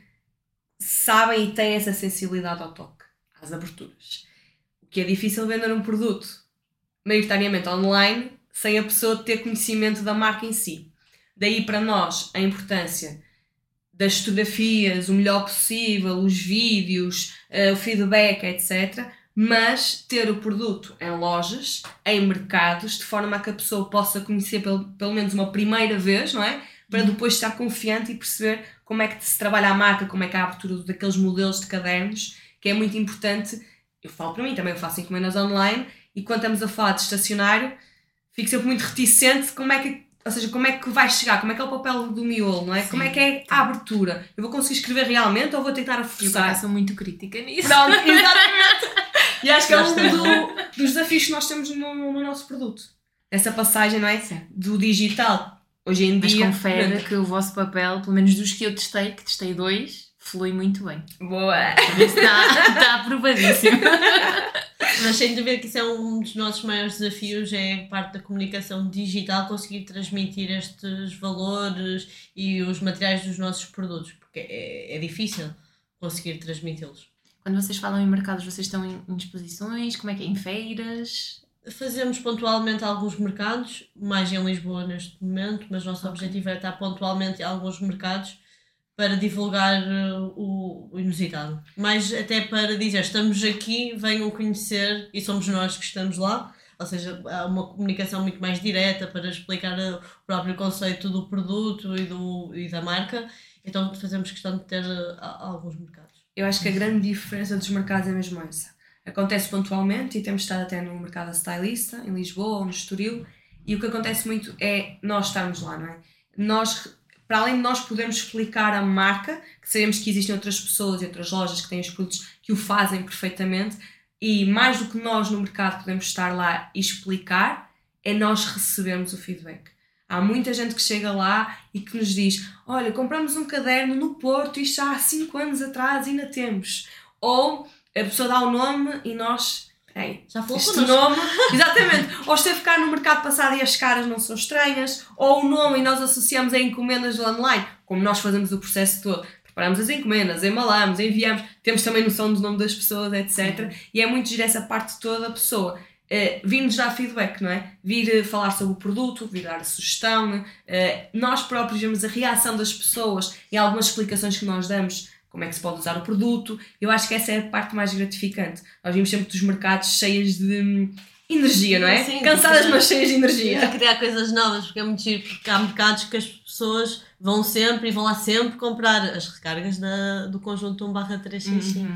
sabem e têm essa sensibilidade ao toque, às aberturas. O que é difícil vender um produto, maioritariamente online, sem a pessoa ter conhecimento da marca em si. Daí para nós a importância das fotografias, o melhor possível, os vídeos, uh, o feedback, etcétera, mas ter o produto em lojas, em mercados, de forma a que a pessoa possa conhecer pelo, pelo menos uma primeira vez, não é? Para depois estar confiante e perceber como é que se trabalha a marca, como é que há a abertura daqueles modelos de cadernos, que é muito importante. Eu falo para mim, também eu faço encomendas online, e quando estamos a falar de estacionário, fico sempre muito reticente como é que, ou seja, como é que vai chegar, como é que é o papel do miolo, não é? Sim, como é que é a abertura? Eu vou conseguir escrever realmente ou vou tentar a forçar? Eu sou muito crítica nisso. Pronto, exatamente. E acho que é um do, dos desafios que nós temos no, no nosso produto. Essa passagem, não é? Sim. Do digital. Hoje em Mas dia... Mas confere pronto. Que o vosso papel, pelo menos dos que eu testei, que testei dois, flui muito bem. Boa! Isso está, está aprovadíssimo. Mas sem dúvida que isso é um dos nossos maiores desafios, é a parte da comunicação digital, conseguir transmitir estes valores e os materiais dos nossos produtos, porque é, é difícil conseguir transmiti-los. Quando vocês falam em mercados, vocês estão em, em exposições? Como é que é? Em feiras? Fazemos pontualmente alguns mercados, mais em Lisboa neste momento, mas o nosso okay. objetivo é estar pontualmente em alguns mercados para divulgar uh, o, o inusitado. Mas até para dizer, estamos aqui, venham conhecer e somos nós que estamos lá. Ou seja, há uma comunicação muito mais direta para explicar o próprio conceito do produto e, do, e da marca. Então fazemos questão de ter uh, alguns mercados. Eu acho que a grande diferença dos mercados é mesmo essa. Acontece pontualmente e temos estado até no mercado stylista, em Lisboa ou no Estoril, e o que acontece muito é nós estarmos lá, não é? Nós, para além de nós podermos explicar a marca, que sabemos que existem outras pessoas e outras lojas que têm os produtos que o fazem perfeitamente, e mais do que nós no mercado podemos estar lá e explicar, é nós recebermos o feedback. Há muita gente que chega lá e que nos diz, olha, compramos um caderno no Porto, isto já há cinco anos atrás e ainda temos. Ou a pessoa dá o nome e nós, peraí, já falou este nome, exatamente, ou esteve cá no mercado passado e as caras não são estranhas, ou o nome e nós associamos a encomendas do online, como nós fazemos o processo todo. Preparamos as encomendas, embalamos, enviamos, temos também noção do nome das pessoas, etcétera. Uhum. E é muito giro essa parte toda da pessoa. Uh, vir-nos dar feedback, não é? Vir uh, falar sobre o produto, vir dar a sugestão, uh, nós próprios vemos a reação das pessoas e algumas explicações que nós damos, como é que se pode usar o produto. Eu acho que essa é a parte mais gratificante. Nós vimos sempre dos mercados cheias de hum, energia, não é? Sim, cansadas, mas cheias de energia. A criar coisas novas, porque é muito giro, porque há mercados que as pessoas vão sempre e vão lá sempre comprar as recargas da, do conjunto um barra trezentos e sessenta e cinco. Uhum.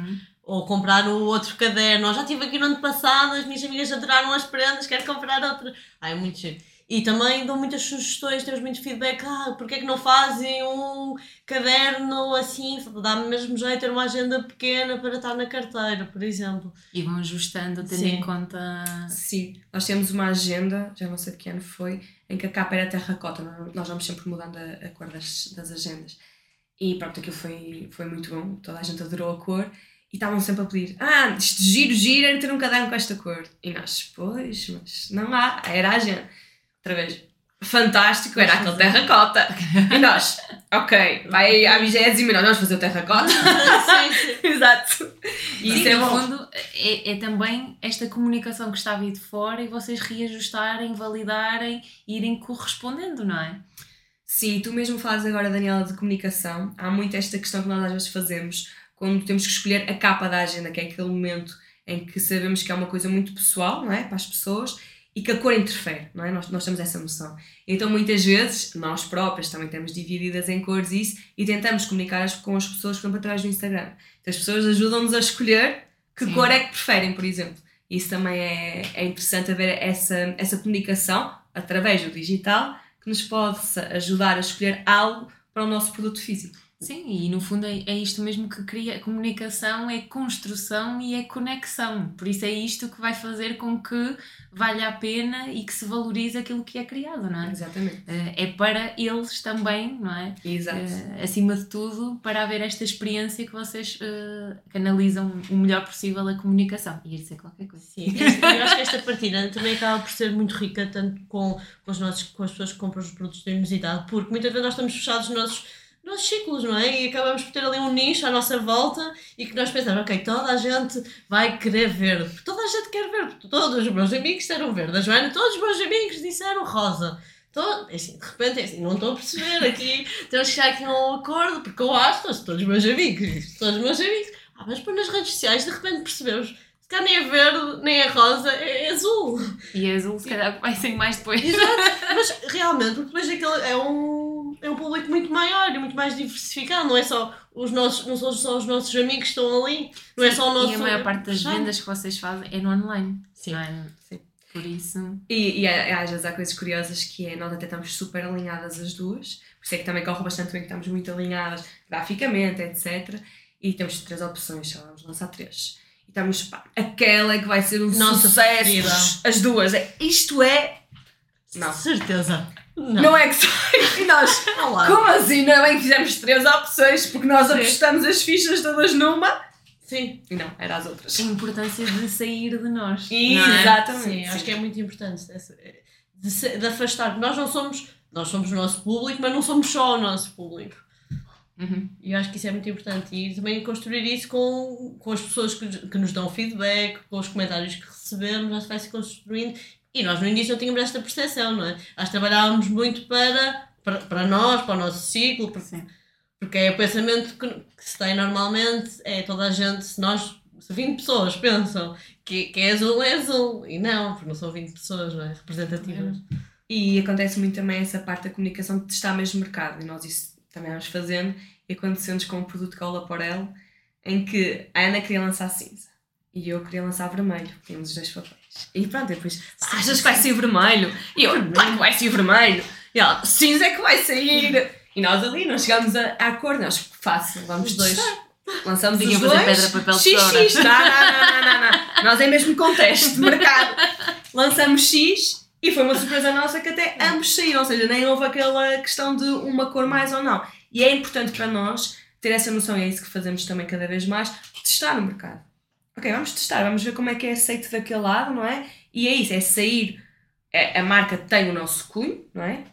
Ou comprar o outro caderno. Ou já estive aqui no ano passado, as minhas amigas adoraram as prendas, quero comprar outra. Ah, é muito giro. E também dão muitas sugestões, temos muito feedback. Ah, porque é que não fazem um caderno assim? Dá-me mesmo jeito ter uma agenda pequena para estar na carteira, por exemplo. E vão ajustando, tendo Sim. em conta... Sim, nós temos uma agenda, já não sei de que ano foi, em que a capa era terracota. Nós vamos sempre mudando a, a cor das, das agendas. E pronto, aquilo foi, foi muito bom, toda a gente adorou a cor. E estavam sempre a pedir, ah, isto giro, giro, era ter um caderno com esta cor. E nós, pois, mas não há, era a agenda. Outra vez, fantástico, era aquele terracota. E nós, ok, vai à vigésima e nós vamos fazer o terracota. Sim, sim. Exato. E Sim, isso é no bom. fundo, é, é também esta comunicação que está a vir de fora e vocês reajustarem, validarem e irem correspondendo, não é? Sim, tu mesmo falas agora, Daniela, de comunicação. Há muito esta questão que nós às vezes fazemos quando temos que escolher a capa da agenda, que é aquele momento em que sabemos que é uma coisa muito pessoal, não é? Para as pessoas, e que a cor interfere, não é? Nós, nós temos essa noção. Então muitas vezes, nós próprias também temos divididas em cores e isso, e tentamos comunicar com as pessoas, por exemplo, através do Instagram. Então as pessoas ajudam-nos a escolher que Sim. cor é que preferem, por exemplo. Isso também é, é interessante haver essa, essa comunicação através do digital, que nos possa ajudar a escolher algo para o nosso produto físico. Sim, e no fundo é, é isto mesmo que cria. Comunicação é construção e é conexão. Por isso é isto que vai fazer com que valha a pena e que se valorize aquilo que é criado, não é? Exatamente. É para eles também, não é? Exato. Uh, acima de tudo, para haver esta experiência que vocês uh, canalizam o melhor possível a comunicação. E isso é qualquer coisa. Sim, esta, eu acho que esta partilha também acaba por ser muito rica, tanto com, com, os nossos, com as pessoas que compram os produtos do Inusitado, porque muitas vezes nós estamos fechados nos nossos nossos ciclos, não é? E acabamos por ter ali um nicho à nossa volta e que nós pensamos, ok, toda a gente vai querer verde, porque toda a gente quer verde, porque todos os meus amigos disseram verde, a Joana, todos os meus amigos disseram rosa. Todo, assim, de repente, assim, não estou a perceber aqui, temos que chegar aqui a um acordo, porque eu acho, todos, todos os meus amigos, todos os meus amigos, ah, mas por nas redes sociais, de repente percebemos, se calhar nem é verde, nem é rosa, é, é azul. E é azul, se calhar vai ser mais depois. Exato, mas realmente, porque depois aquilo é um, é um público muito maior e muito mais diversificado, não é só os nossos, não são só os nossos amigos que estão ali, não é só o nosso... E a maior parte das fechado. vendas que vocês fazem é no online. Sim. Não é? Sim. Por isso... E, e às vezes há coisas curiosas que é, nós até estamos super alinhadas as duas, por isso é que também corre bastante bem que estamos muito alinhadas graficamente, etcétera. E temos três opções, só vamos lançar três. E estamos, pá, aquela é que vai ser um Nossa sucesso, preferida. as duas, é, isto é... Não. Certeza. Não, Não. é que sai. E nós, Olá. como assim? Não é bem que fizemos três opções, porque nós Sim. apostamos as fichas todas numa. Sim. E não, era as outras. A importância de sair de nós. E- não é? Exatamente. Sim, acho que é muito importante essa- de, se- de afastar. Nós não somos, nós somos o nosso público, mas não somos só o nosso público. Uhum. E eu acho que isso é muito importante. E também construir isso com, com as pessoas que, que nos dão feedback, com os comentários que recebemos, acho que vai se construindo. E nós no início não tínhamos esta percepção, não é? Acho que trabalhávamos muito para, para, para nós, para o nosso ciclo, porque, Sim. porque é o pensamento que, que se tem normalmente, é toda a gente, se nós, se vinte pessoas pensam que, que é azul, é azul. E não, porque não são vinte pessoas, não é? Representativas. E acontece muito também essa parte da comunicação de testar mesmo mercado. E nós isso também vamos fazendo. E aconteceu-nos com um produto Cola Porel, em que a Ana queria lançar cinza. E eu queria lançar vermelho. Tínhamos os dois papéis. E pronto, depois, "Ah, achas que vai ser vermelho?" E eu, claro que vai ser vermelho. E ela, cinza é que vai sair. E nós ali, não chegámos a, a acordo. Nós, fácil, vamos os dois. Lançamos Vinha os fazer dois. pedra, papel, X, tesoura. X. Não, não, não, não, não, não. Nós é mesmo com teste de mercado. Lançamos X e foi uma surpresa nossa que até ambos saíram. Ou seja, nem houve aquela questão de uma cor mais ou não. E é importante para nós ter essa noção, e é isso que fazemos também cada vez mais, testar no mercado. Ok, vamos testar, vamos ver como é que é aceito daquele lado, não é? E é isso, é sair, é, a marca tem o nosso cunho, não é?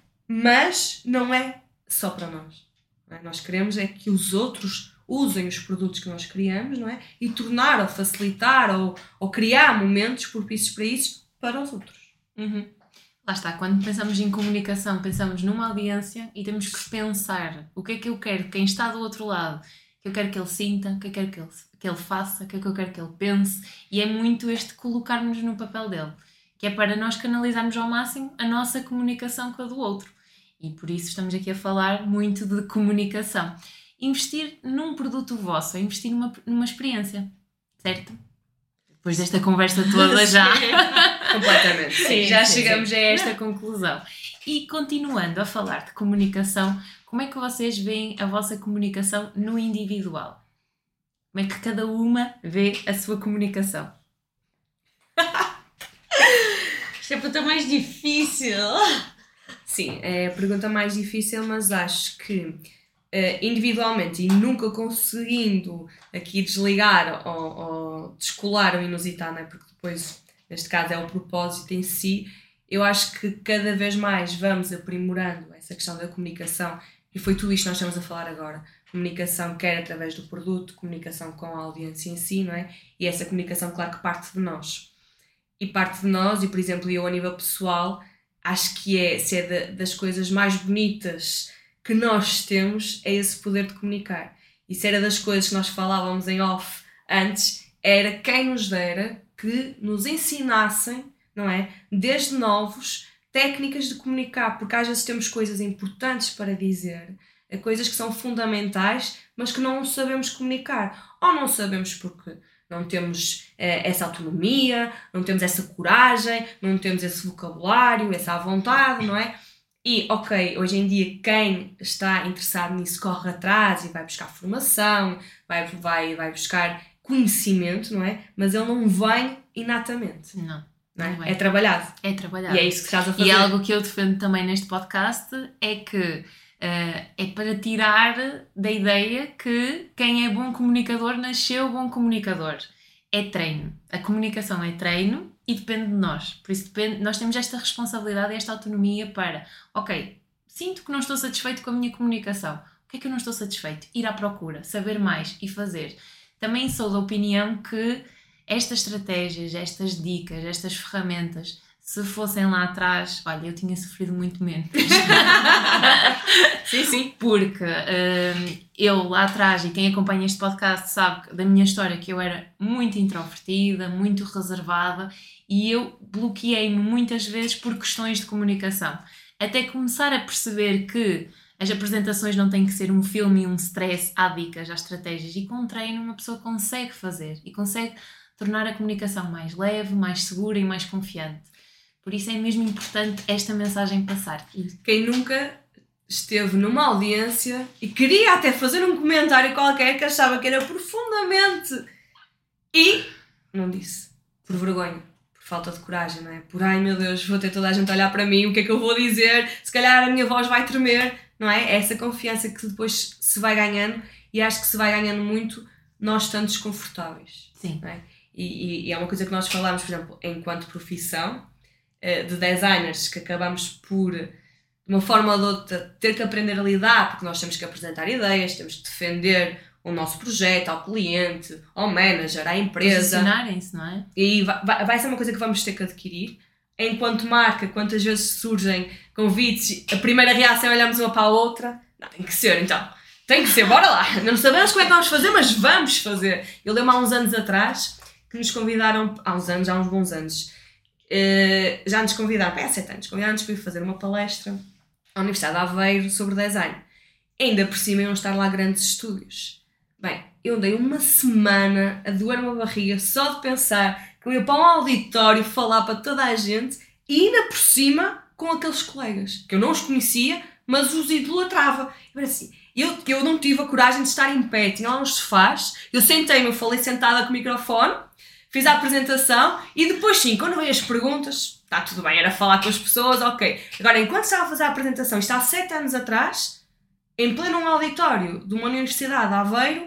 Mas não é só para nós. Não é? Nós queremos é que os outros usem os produtos que nós criamos, não é? E tornar ou facilitar ou, ou criar momentos propícios para isso para os outros. Uhum. Lá está, quando pensamos em comunicação, pensamos numa audiência e temos que pensar o que é que eu quero, quem está do outro lado, o que eu quero que ele sinta, o que eu quero que ele, que ele faça, o que é que eu quero que ele pense, e é muito este colocarmos no papel dele, que é para nós canalizarmos ao máximo a nossa comunicação com a do outro. E por isso estamos aqui a falar muito de comunicação. Investir num produto vosso é investir numa, numa experiência. certo? Depois desta conversa toda já, Completamente. sim, já sim, chegamos sim. a esta conclusão. E continuando a falar de comunicação, como é que vocês veem a vossa comunicação no individual? Como é que cada uma vê a sua comunicação? Isto é para estar mais difícil. Sim, é a pergunta mais difícil, mas acho que uh, individualmente e nunca conseguindo aqui desligar ou, ou descolar o inusitado, não é? Porque depois, neste caso, é o propósito em si, eu acho que cada vez mais vamos aprimorando essa questão da comunicação, e foi tudo isto que nós estamos a falar agora. Comunicação quer através do produto, comunicação com a audiência em si, não é? E essa comunicação, claro que parte de nós. E parte de nós, e por exemplo, eu a nível pessoal, acho que é, se é de, das coisas mais bonitas que nós temos, é esse poder de comunicar. E se era das coisas que nós falávamos em off antes, era quem nos dera que nos ensinassem, não é? Desde novos, técnicas de comunicar, porque às vezes temos coisas importantes para dizer, coisas que são fundamentais, mas que não sabemos comunicar. Ou não sabemos porque não temos eh, essa autonomia, não temos essa coragem, não temos esse vocabulário, essa vontade, não é? E, ok, hoje em dia quem está interessado nisso corre atrás e vai buscar formação, vai, vai, vai buscar conhecimento, não é? Mas ele não vem inatamente. Não. Não é? Não É trabalhado. É trabalhado. E é isso que estás a fazer. E algo que eu defendo também neste podcast é que uh, é para tirar da ideia que quem é bom comunicador nasceu bom comunicador. É treino. A comunicação é treino e depende de nós. Por isso depende, nós temos esta responsabilidade e esta autonomia para, ok, sinto que não estou satisfeito com a minha comunicação. O que é que eu não estou satisfeito? Ir à procura, saber mais e fazer. Também sou da opinião que estas estratégias, estas dicas, estas ferramentas, se fossem lá atrás, olha, eu tinha sofrido muito menos. Sim, sim. Porque hum, eu lá atrás, e quem acompanha este podcast sabe da minha história, que eu era muito introvertida, muito reservada, e eu bloqueei-me muitas vezes por questões de comunicação. Até começar a perceber que as apresentações não têm que ser um filme e um stress, há dicas, há estratégias, e com um treino uma pessoa consegue fazer, e consegue tornar a comunicação mais leve, mais segura e mais confiante. Por isso é mesmo importante esta mensagem passar. Quem nunca esteve numa audiência e queria até fazer um comentário qualquer que achava que era profundamente e não disse, por vergonha, por falta de coragem, não é? Por ai meu Deus, vou ter toda a gente a olhar para mim, o que é que eu vou dizer? Se calhar a minha voz vai tremer, não é? É essa confiança que depois se vai ganhando, e acho que se vai ganhando muito nós estando desconfortáveis. Sim. Não é? E, e, e é uma coisa que nós falamos, por exemplo, enquanto profissão, de designers, que acabamos por, de uma forma ou de outra, ter que aprender a lidar, porque nós temos que apresentar ideias, temos que defender o nosso projeto ao cliente, ao manager, à empresa. Posicionarem-se, não é? E vai, vai, vai ser uma coisa que vamos ter que adquirir. Enquanto marca, quantas vezes surgem convites, a primeira reação é olhamos uma para a outra. Não, tem que ser, então. Tem que ser, bora lá. Não sabemos como é que vamos fazer, mas vamos fazer. Eu lembro há uns anos atrás que nos convidaram, há uns anos, há uns bons anos, Uh, já nos convidaram, há sete anos, convidaram-nos para ir fazer uma palestra à Universidade de Aveiro sobre design. Ainda por cima iam estar lá grandes estúdios. Bem, eu dei uma semana a doer uma barriga só de pensar que eu ia para um auditório falar para toda a gente, e ainda por cima com aqueles colegas, que eu não os conhecia, mas os idolatrava. Eu era assim, eu, eu não tive a coragem de estar em pé, tinha lá uns sofás, eu sentei-me, eu falei sentada com o microfone, fiz a apresentação e depois sim, quando veio as perguntas, está tudo bem, era falar com as pessoas, ok. Agora, enquanto estava a fazer a apresentação, isto há sete anos atrás, em pleno auditório de uma universidade de Aveiro,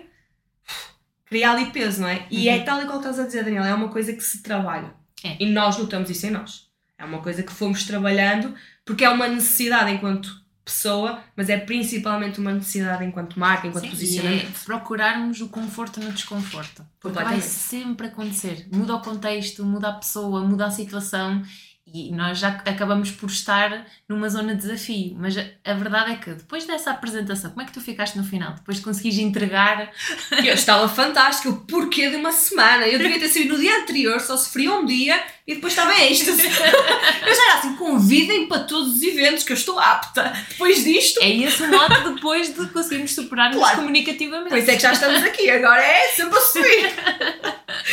cria ali peso, não é? E uhum. É tal e qual estás a dizer, Daniela, é uma coisa que se trabalha. É. E nós notamos isso em nós. É uma coisa que fomos trabalhando, porque é uma necessidade enquanto pessoa, mas é principalmente uma necessidade enquanto marca, enquanto Sim, posicionamento. É procurarmos o conforto no desconforto. Porque vai sempre acontecer. Muda o contexto, muda a pessoa, muda a situação, e nós já acabamos por estar numa zona de desafio. Mas a, a verdade é que depois dessa apresentação, como é que tu ficaste no final? Depois de conseguires entregar... Eu estava fantástica. O porquê de uma semana? Eu devia ter sido no dia anterior, só sofri um dia e depois estava em êxtase. Eu já era assim, convidem para todos os eventos que eu estou apta. Depois disto... É esse o modo depois de conseguirmos superar-nos claro. Comunicativamente. Pois é que já estamos aqui, agora é sempre a subir.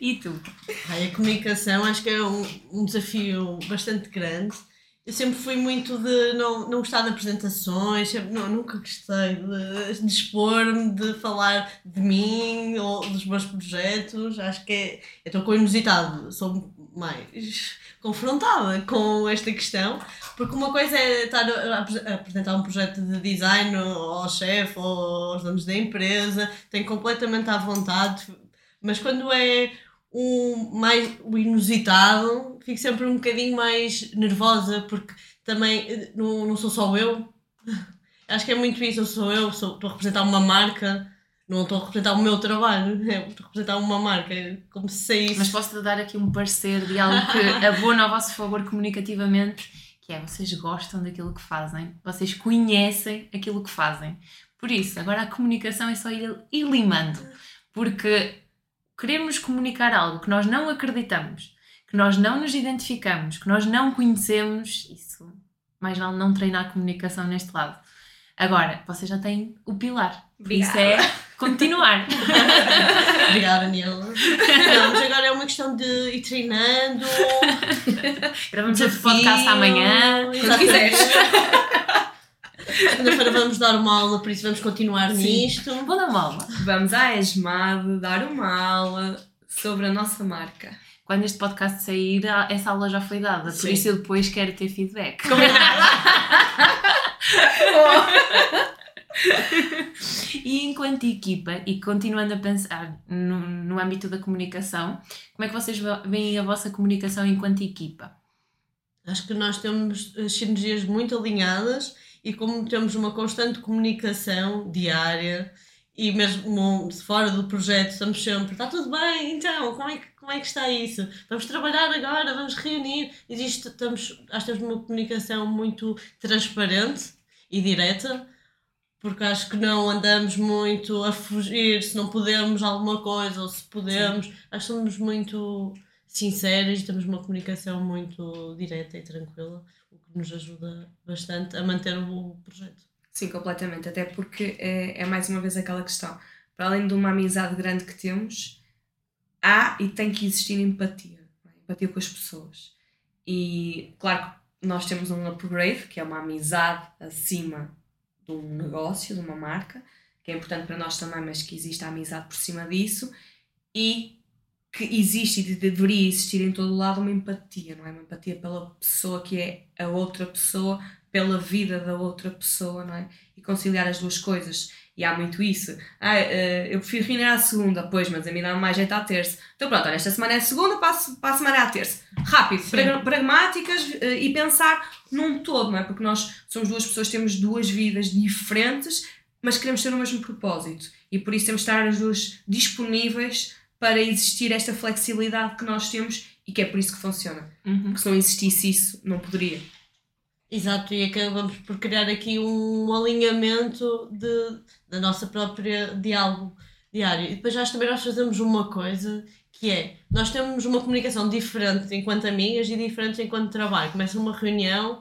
E tu? Ai, a comunicação acho que é um, um desafio bastante grande. Eu sempre fui muito de não, não gostar de apresentações, sempre, não, nunca gostei de, de expor-me, de falar de mim ou dos meus projetos. Acho que é. Eu estou com o inusitado, sou mais confrontada com esta questão, porque uma coisa é estar a, a apresentar um projeto de design ao chefe ou aos donos da empresa, tenho completamente à vontade, mas quando é um, mais, o inusitado, fico sempre um bocadinho mais nervosa, porque também não, não sou só eu. Acho que é muito isso, eu sou eu, sou, estou a representar uma marca, não estou a representar o meu trabalho, estou a representar uma marca, como se saísse. Mas posso-te dar aqui um parecer de algo que abona a vosso favor comunicativamente, que é, vocês gostam daquilo que fazem, vocês conhecem aquilo que fazem. Por isso, agora a comunicação é só ir, ir limando, porque queremos comunicar algo que nós não acreditamos, que nós não nos identificamos, que nós não conhecemos, isso mais vale não treinar a comunicação neste lado. Agora, vocês já têm o pilar, por isso é continuar. Obrigada, Daniela. Não, mas agora é uma questão de ir treinando. Gravamos outro podcast amanhã, quando quiseres. Segunda-feira vamos dar uma aula, por isso vamos continuar Sim. nisto. Vou dar uma aula. Vamos à ESMAD dar uma aula sobre a nossa marca. Quando este podcast sair, essa aula já foi dada, Sim. por isso eu depois quero ter feedback. E enquanto equipa, e continuando a pensar no, no âmbito da comunicação, como é que vocês veem a vossa comunicação enquanto equipa? Acho que nós temos as sinergias muito alinhadas e como temos uma constante comunicação diária e mesmo fora do projeto estamos sempre, está tudo bem, então, como é que, como é que está isso? Vamos trabalhar agora, vamos reunir. Existe, estamos, acho que temos uma comunicação muito transparente e direta, porque acho que não andamos muito a fugir se não podemos alguma coisa ou se podemos. Sim. Acho que somos muito sinceros e temos uma comunicação muito direta e tranquila, o que nos ajuda bastante a manter o projeto. Sim, completamente, até porque é, é mais uma vez aquela questão, para além de uma amizade grande que temos, há e tem que existir empatia, empatia com as pessoas. E claro que nós temos um upgrade, que é uma amizade acima de um negócio, de uma marca, que é importante para nós também, mas que existe a amizade por cima disso, e que existe e deveria existir em todo o lado uma empatia, não é? Uma empatia pela pessoa que é a outra pessoa, pela vida da outra pessoa, não é? E conciliar as duas coisas. E há muito isso. Ah, eu prefiro reunir à segunda, pois, mas a mim dá mais jeito à terça. Então pronto, olha, esta semana é a segunda, passo, para a semana é a terça. Rápido, pra, pragmáticas e pensar num todo, não é? Porque nós somos duas pessoas, temos duas vidas diferentes, mas queremos ter o mesmo propósito. E por isso temos de estar as duas disponíveis para existir esta flexibilidade que nós temos e que é por isso que funciona. Uhum. Porque se não existisse isso, não poderia. Exato, e acabamos por criar aqui um alinhamento de, da nossa própria diálogo diário. E depois acho também nós fazemos uma coisa que é, nós temos uma comunicação diferente enquanto amigas e diferente enquanto trabalho. Começa uma reunião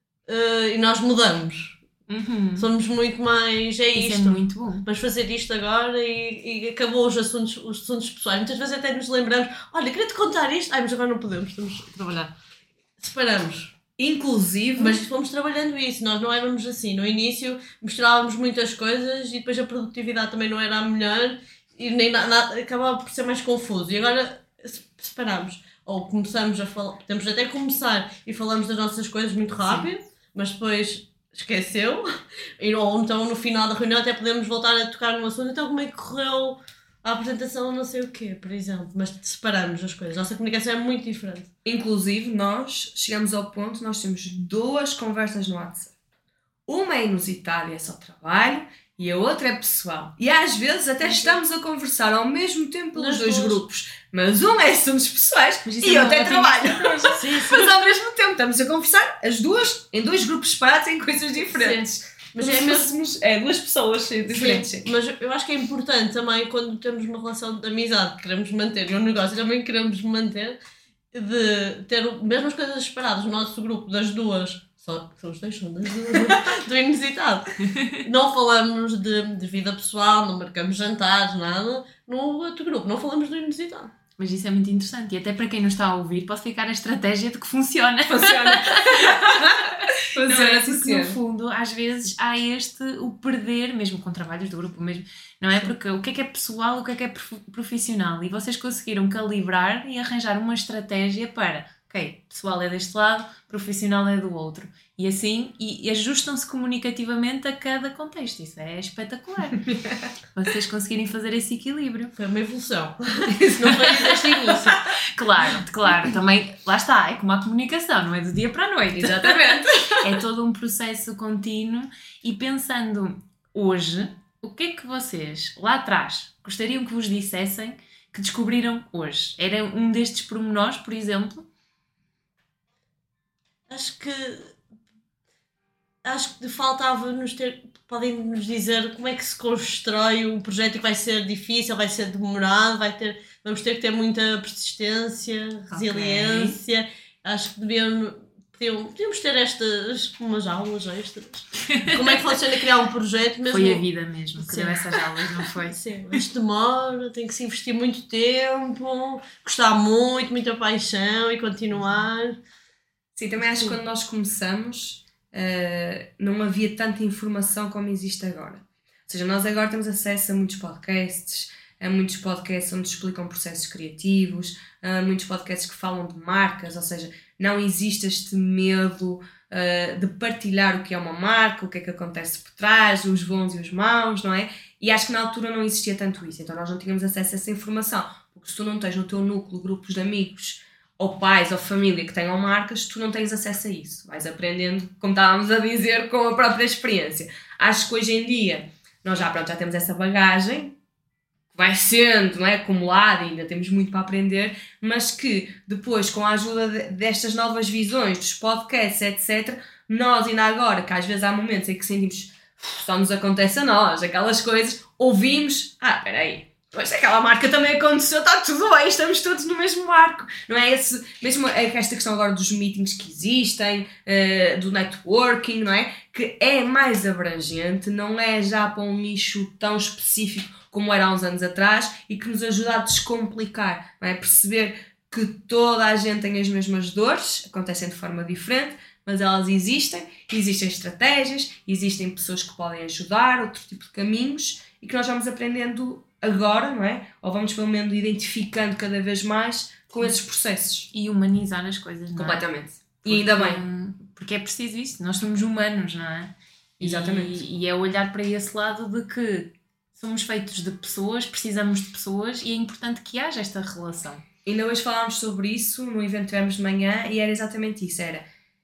uh, e nós mudamos. Uhum. Somos muito mais, é Isso isto. É muito bom. Vamos fazer isto agora e, e acabou os assuntos, os assuntos pessoais. Muitas vezes até nos lembramos, olha, queria-te contar isto. Ai, mas agora não podemos, estamos a trabalhar. Separamos. Inclusive, mas fomos trabalhando isso, nós não éramos assim, no início misturávamos muitas coisas e depois a produtividade também não era a melhor e nem nada, acabava por ser mais confuso e agora separamos, ou começamos a falar, temos até começar e falamos das nossas coisas muito rápido, Sim. mas depois esqueceu, e, ou então no final da reunião até podemos voltar a tocar no assunto, então como é que correu a apresentação não sei o quê, por exemplo, mas separamos as coisas, a nossa comunicação é muito diferente. Inclusive, nós chegamos ao ponto, nós temos duas conversas no WhatsApp. Uma é inusitada e é só trabalho, e a outra é pessoal. E às vezes até estamos a conversar ao mesmo tempo pelos dois grupos, mas uma é assuntos pessoais e outra é trabalho. Sim, sim. Mas ao mesmo tempo estamos a conversar as duas em dois grupos separados em coisas diferentes. Sim. Mas é, mesmo, é duas pessoas diferentes. Sim, mas eu acho que é importante também quando temos uma relação de amizade que queremos manter no negócio, também queremos manter, de ter mesmo as coisas separadas no nosso grupo das duas, só que são os dois, são das duas, do inusitado. Não falamos de, de vida pessoal, não marcamos jantares, nada. No outro grupo, não falamos do inusitado. Mas isso é muito interessante. E até para quem não está a ouvir, pode ficar a estratégia de que funciona. Funciona. Funciona, Não é? porque no fundo, às vezes, há este, o perder, mesmo com trabalhos do grupo, mesmo, não é? Porque o que é que é pessoal, o que é que é profissional? E vocês conseguiram calibrar e arranjar uma estratégia para, ok, pessoal é deste lado, profissional é do outro. E assim, e, e ajustam-se comunicativamente a cada contexto. Isso é espetacular. Vocês conseguirem fazer esse equilíbrio. Foi uma evolução. Isso não foi desta evolução. Claro, claro. Também, lá está, é como a comunicação, não é do dia para a noite. Exatamente. É todo um processo contínuo. E pensando hoje, o que é que vocês, lá atrás, gostariam que vos dissessem que descobriram hoje? Era um destes pormenores, por exemplo? Acho que... Acho que faltava-nos ter... Podem nos dizer como é que se constrói um projeto que vai ser difícil, vai ser demorado, vai ter, vamos ter que ter muita persistência, resiliência. Okay. Acho que devíamos, podíamos, podíamos ter estas, umas aulas extras. Como é que funciona criar um projeto mesmo? Foi a vida mesmo que deu essas aulas, não foi? Sim, isto demora, tem que se investir muito tempo, gostar muito, muita paixão e continuar. Sim, também acho que quando nós começamos... Uh, não havia tanta informação como existe agora. Ou seja, nós agora temos acesso a muitos podcasts, a muitos podcasts onde explicam processos criativos, a muitos podcasts que falam de marcas, ou seja, não existe este medo uh, de partilhar o que é uma marca, o que é que acontece por trás, os bons e os maus, não é? E acho que na altura não existia tanto isso, então nós não tínhamos acesso a essa informação, porque se tu não tens no teu núcleo grupos de amigos ou pais ou família que tenham marcas, tu não tens acesso a isso. Vais aprendendo, como estávamos a dizer, com a própria experiência. Acho que hoje em dia nós já, pronto, já temos essa bagagem, que vai sendo, não é, acumulada, ainda temos muito para aprender, mas que depois, com a ajuda de, destas novas visões, dos podcasts, etcétera, nós ainda agora, que às vezes há momentos em que sentimos só nos acontece a nós, aquelas coisas, ouvimos, ah, espera aí, pois aquela marca também aconteceu, está tudo bem, estamos todos no mesmo barco, não é? Esse, mesmo esta questão agora dos meetings que existem, uh, do networking, não é? Que é mais abrangente, não é já para um nicho tão específico como era há uns anos atrás e que nos ajuda a descomplicar, não é? Perceber que toda a gente tem as mesmas dores, acontecem de forma diferente, mas elas existem, existem estratégias, existem pessoas que podem ajudar, outro tipo de caminhos e que nós vamos aprendendo agora, não é? Ou vamos pelo menos identificando cada vez mais com esses processos. E humanizar as coisas, não é? Completamente. Porque, e ainda bem. Porque é preciso isso, nós somos humanos, não é? Exatamente. E, e é olhar para esse lado de que somos feitos de pessoas, precisamos de pessoas e é importante que haja esta relação. Ainda hoje falámos sobre isso no evento que tivemos de manhã e era exatamente isso, era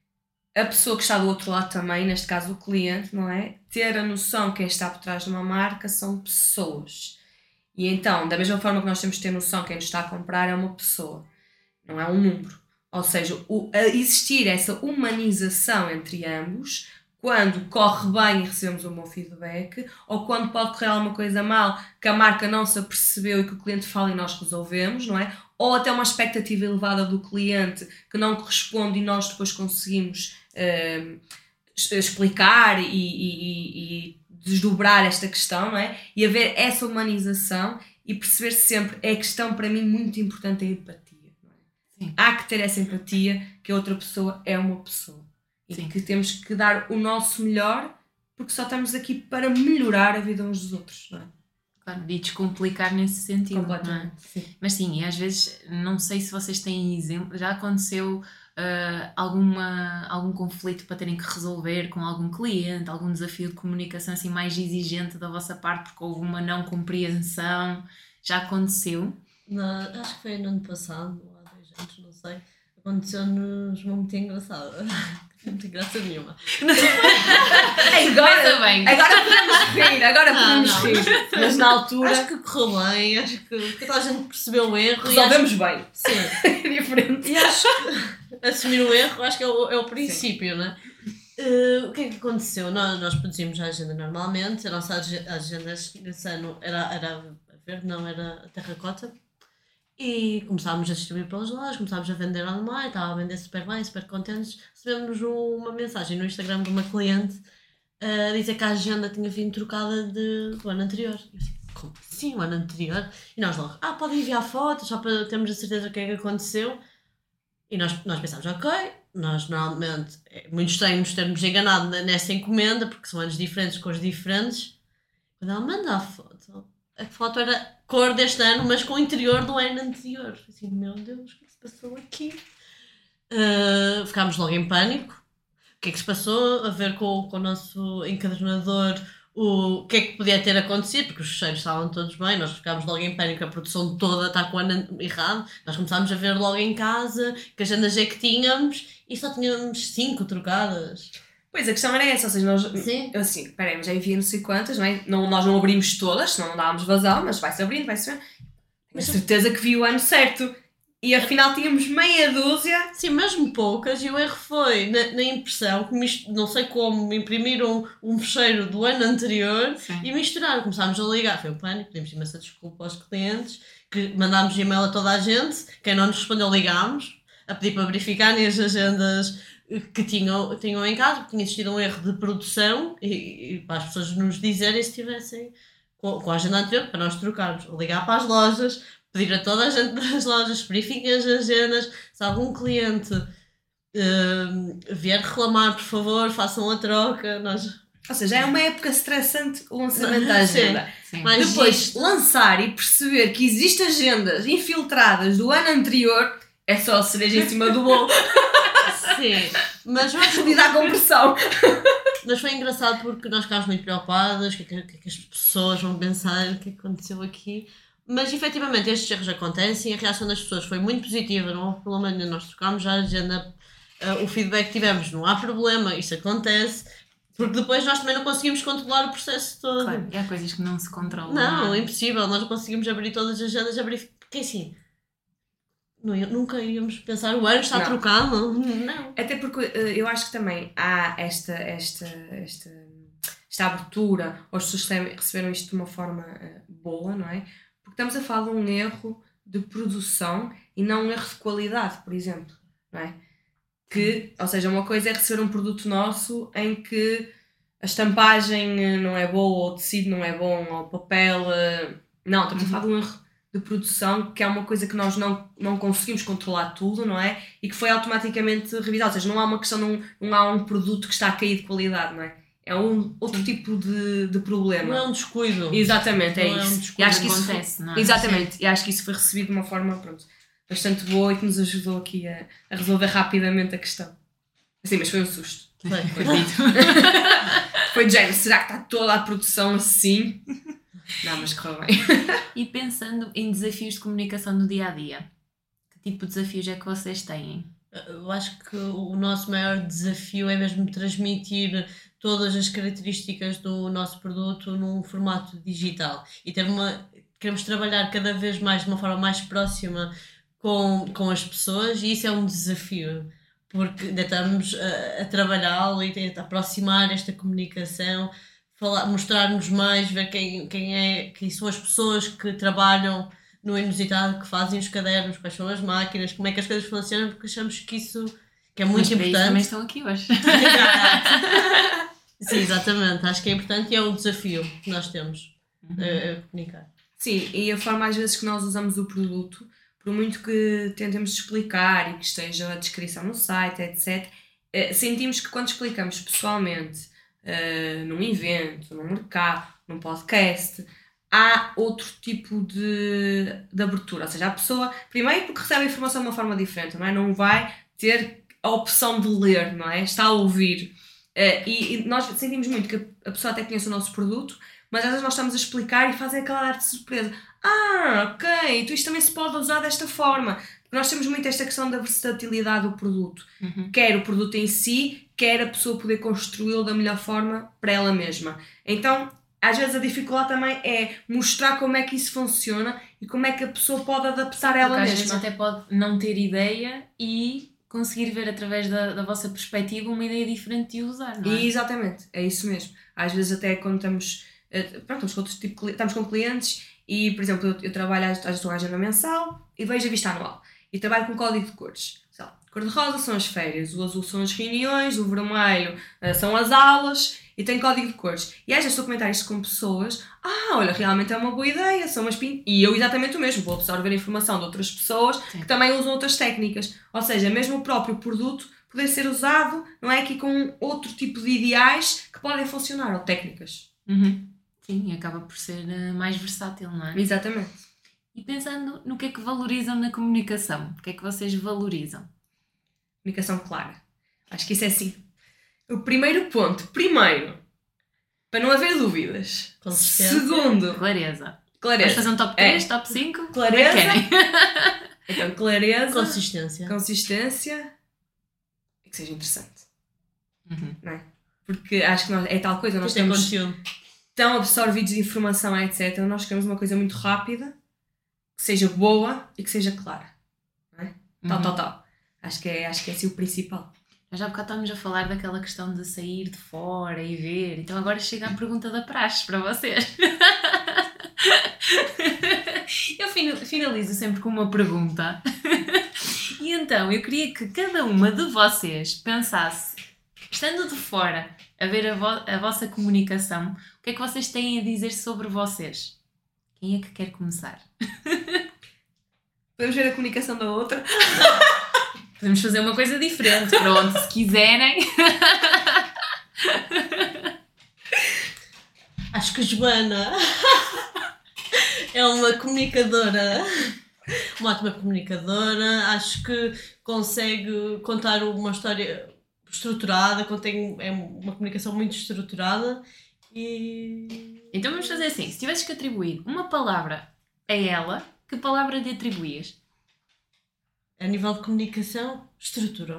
a pessoa que está do outro lado também, neste caso o cliente, não é? Ter a noção que quem está por trás de uma marca são pessoas. E então, da mesma forma que nós temos de ter noção que quem nos está a comprar é uma pessoa, não é um número. Ou seja, o, a existir essa humanização entre ambos, quando corre bem e recebemos um bom feedback, ou quando pode correr alguma coisa mal, que a marca não se apercebeu e que o cliente fala e nós resolvemos, não é? Ou até uma expectativa elevada do cliente que não corresponde e nós depois conseguimos uh, explicar e, e, e desdobrar esta questão, não é? E haver essa humanização e perceber sempre, é a questão para mim muito importante, a empatia, não é? Sim. Há que ter essa empatia que a outra pessoa é uma pessoa. E Sim. que temos que dar o nosso melhor porque só estamos aqui para melhorar a vida uns dos outros, não é? Claro, e descomplicar nesse sentido. Completamente. Não é? Sim. Mas sim, e às vezes, não sei se vocês têm exemplo, já aconteceu uh, alguma, algum conflito para terem que resolver com algum cliente, algum desafio de comunicação assim mais exigente da vossa parte porque houve uma não compreensão, já aconteceu? Não, acho que foi no ano passado, ou há dois anos, não sei. Aconteceu-nos uma muito engraçada. Não tem graça nenhuma. agora, bem. agora podemos rir, agora podemos não, não. rir. Mas na altura. Acho que correu bem, acho que, que toda a gente percebeu o erro. Resolvemos e bem. Sim. É diferente. E acho que assumir o erro, acho que é o, é o princípio, não é? Uh, o que é que aconteceu? Nós, nós produzimos a agenda normalmente, a nossa agenda nesse ano era, era a verde, não era a terracota. E começámos a distribuir pelas lojas, começámos a vender online, estava a vender super bem, super contentes. Recebemos uma mensagem no Instagram de uma cliente a dizer que a agenda tinha vindo trocada de, do ano anterior. Eu disse, como assim, o ano anterior? E nós logo, ah, podem enviar fotos só para termos a certeza do que é que aconteceu. E nós, nós pensámos, ok, nós normalmente, é muito estranho nos termos enganado nessa encomenda, porque são anos diferentes, cores diferentes. Quando ela manda a foto, a foto era cor deste ano, mas com o interior do ano anterior. Assim, meu Deus, o que é que se passou aqui? Uh, ficámos logo em pânico. O que é que se passou? A ver com, com o nosso encadernador o que é que podia ter acontecido, porque os fecheiros estavam todos bem, nós ficámos logo em pânico, a produção toda está com o ano errado. Nós começámos a ver logo em casa que agendas é que tínhamos e só tínhamos cinco trocadas. Pois, a questão era essa, ou seja, nós, Sim. eu assim, peraí, mas já enviei não sei quantas, não é? Não, nós não abrimos todas, senão não dávamos vazão, mas vai-se abrindo, vai-se vendo. Tenho certeza que vi o ano certo. E afinal tínhamos meia dúzia. Sim, mesmo poucas, e o erro foi na, na impressão, que mist... não sei como, imprimiram um, um fecheiro do ano anterior. Sim. E misturaram, começámos a ligar, foi um pânico, pedimos imensa desculpa aos clientes, que mandámos e-mail a toda a gente, quem não nos respondeu ligámos, a pedir para verificarem as agendas que tinham, tinham em casa, porque tinha existido um erro de produção, e, e para as pessoas nos dizerem se tivessem com, com a agenda anterior, para nós trocarmos, ligar para as lojas, pedir a toda a gente das lojas, verifiquem as agendas, se algum cliente uh, vier reclamar, por favor, façam a troca. Nós... Ou seja, é uma época estressante o lançamento da agenda. Sim, sim. Mas depois, isto... lançar e perceber que existem agendas infiltradas do ano anterior, é só a cereja em cima do bolo. Sim, mas vamos lidar com pressão. Mas foi engraçado porque nós ficámos muito preocupadas, o que, que, que, que as pessoas vão pensar, o que aconteceu aqui. Mas efetivamente estes erros acontecem e a reação das pessoas foi muito positiva, não houve problema nenhum, nós trocámos já a agenda, uh, o feedback que tivemos, não há problema, isso acontece, porque depois nós também não conseguimos controlar o processo todo. Claro, e há coisas que não se controlam. Não, é impossível, nós não conseguimos abrir todas as agendas, abrir, porque assim, não, nunca íamos pensar o ano está não. trocado, não. Até porque uh, eu acho que também há esta, esta, esta, esta abertura, ou as pessoas receberam isto de uma forma uh, boa, não é? Porque estamos a falar de um erro de produção e não um erro de qualidade, por exemplo, não é? Que, ou seja, uma coisa é receber um produto nosso em que a estampagem não é boa, ou o tecido não é bom, ou o papel... Não, estamos a falar de um erro de produção, que é uma coisa que nós não, não conseguimos controlar tudo, não é? E que foi automaticamente revisado, ou seja, não há uma questão, não, não há um produto que está a cair de qualidade, não é? É um outro Sim. tipo de, de problema. Não é um descuido. Exatamente, é não isso. É um descuido. E acho que acontece, isso, não é? exatamente. Sim. E acho que isso foi recebido de uma forma, pronto, bastante boa e que nos ajudou aqui a, a resolver rapidamente a questão. Sim, mas foi um susto. Foi. Foi, foi de género, será que está toda a produção assim? Não, mas correu bem. E pensando em desafios de comunicação no dia-a-dia, que tipo de desafios é que vocês têm? Eu acho que o nosso maior desafio é mesmo transmitir todas as características do nosso produto num formato digital e ter uma, queremos trabalhar cada vez mais de uma forma mais próxima com, com as pessoas e isso é um desafio porque ainda estamos a, a trabalhá-lo e a aproximar esta comunicação, falar, mostrar-nos mais, ver quem, quem, é, quem são as pessoas que trabalham no Inusitado, que fazem os cadernos, quais são as máquinas, como é que as coisas funcionam, porque achamos que isso que é muito Mas para importante. Isso também estão aqui hoje. Sim, exatamente. Acho que é importante e é um desafio que nós temos uhum. a, a comunicar. Sim, e a forma às vezes que nós usamos o produto, por muito que tentemos explicar e que esteja a descrição no site, etcétera, sentimos que quando explicamos pessoalmente, uh, num evento, num mercado, num podcast, há outro tipo de, de abertura. Ou seja, a pessoa, primeiro porque recebe a informação de uma forma diferente, não é? Não vai ter a opção de ler, não é? Está a ouvir. Uh, e, e nós sentimos muito que a pessoa até conhece o nosso produto, mas às vezes nós estamos a explicar e fazem aquela arte de surpresa. Ah, ok, então isto também se pode usar desta forma. Porque nós temos muito esta questão da versatilidade do produto. Uhum. Quer o produto em si, quer a pessoa poder construí-lo da melhor forma para ela mesma. Então, às vezes a dificuldade também é mostrar como é que isso funciona e como é que a pessoa pode adaptar ela Porque mesma. Às vezes até pode não ter ideia e conseguir ver através da, da vossa perspectiva uma ideia diferente de usar, não é? E, exatamente, é isso mesmo. Às vezes até quando estamos, pronto, estamos, com outros tipo, estamos com clientes e, por exemplo, eu, eu trabalho às vezes a agenda mensal e vejo a vista anual e trabalho com código de cores. Sei lá, cor de rosa são as férias, o azul são as reuniões, o vermelho uh, são as aulas e tem código de cores. E às vezes estou a comentar isto com pessoas, ah, olha, realmente é uma boa ideia, são umas pin... E eu exatamente o mesmo, vou absorver a informação de outras pessoas Sim. que também usam outras técnicas. Ou seja, mesmo o próprio produto poder ser usado, não é, aqui com outro tipo de ideais que podem funcionar, ou técnicas. Uhum. Sim, e acaba por ser uh, mais versátil, não é? Exatamente. E pensando no que é que valorizam na comunicação, o que é que vocês valorizam? Comunicação clara. Acho que isso é assim. O primeiro ponto, primeiro, para não haver dúvidas. Segundo, clareza. Clareza. Vamos fazer um top três, é. top cinco? Clareza. Então, clareza. Consistência. Consistência. E que seja interessante. Uhum. Não é? Porque acho que nós, é tal coisa, nós Isto estamos é tão absorvidos de informação, etcétera. Nós queremos uma coisa muito rápida, que seja boa e que seja clara. Não é? Tal, uhum. tal, tal. Acho que é, acho que é assim o principal. Nós já há bocado estávamos a falar daquela questão de sair de fora e ver. Então agora chega a pergunta da praxe para vocês. Eu finalizo sempre com uma pergunta. E então eu queria que cada uma de vocês pensasse, estando de fora a ver a, vo- a vossa comunicação, o que é que vocês têm a dizer sobre vocês? Quem é que quer começar? Podemos ver a comunicação da outra? Podemos fazer uma coisa diferente, pronto, se quiserem. Acho que a Joana é uma comunicadora, uma ótima comunicadora. Acho que consegue contar uma história estruturada, contém, é uma comunicação muito estruturada. E... Então vamos fazer assim, se tivesses que atribuir uma palavra a ela, que palavra lhe atribuías? A nível de comunicação, estrutura.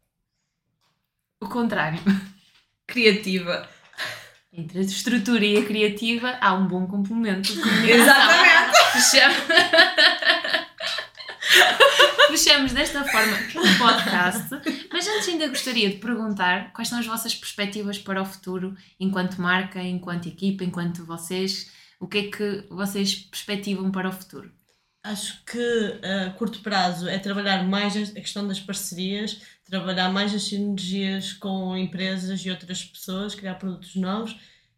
O contrário. Criativa. Entre a estrutura e a criativa há um bom complemento de comunicação. Exatamente. Fechamos... Fechamos desta forma o podcast. Mas antes ainda gostaria de perguntar quais são as vossas perspectivas para o futuro, enquanto marca, enquanto equipa, enquanto vocês. O que é que vocês perspectivam para o futuro? Acho que a curto prazo é trabalhar mais a questão das parcerias, trabalhar mais as sinergias com empresas e outras pessoas, criar produtos novos,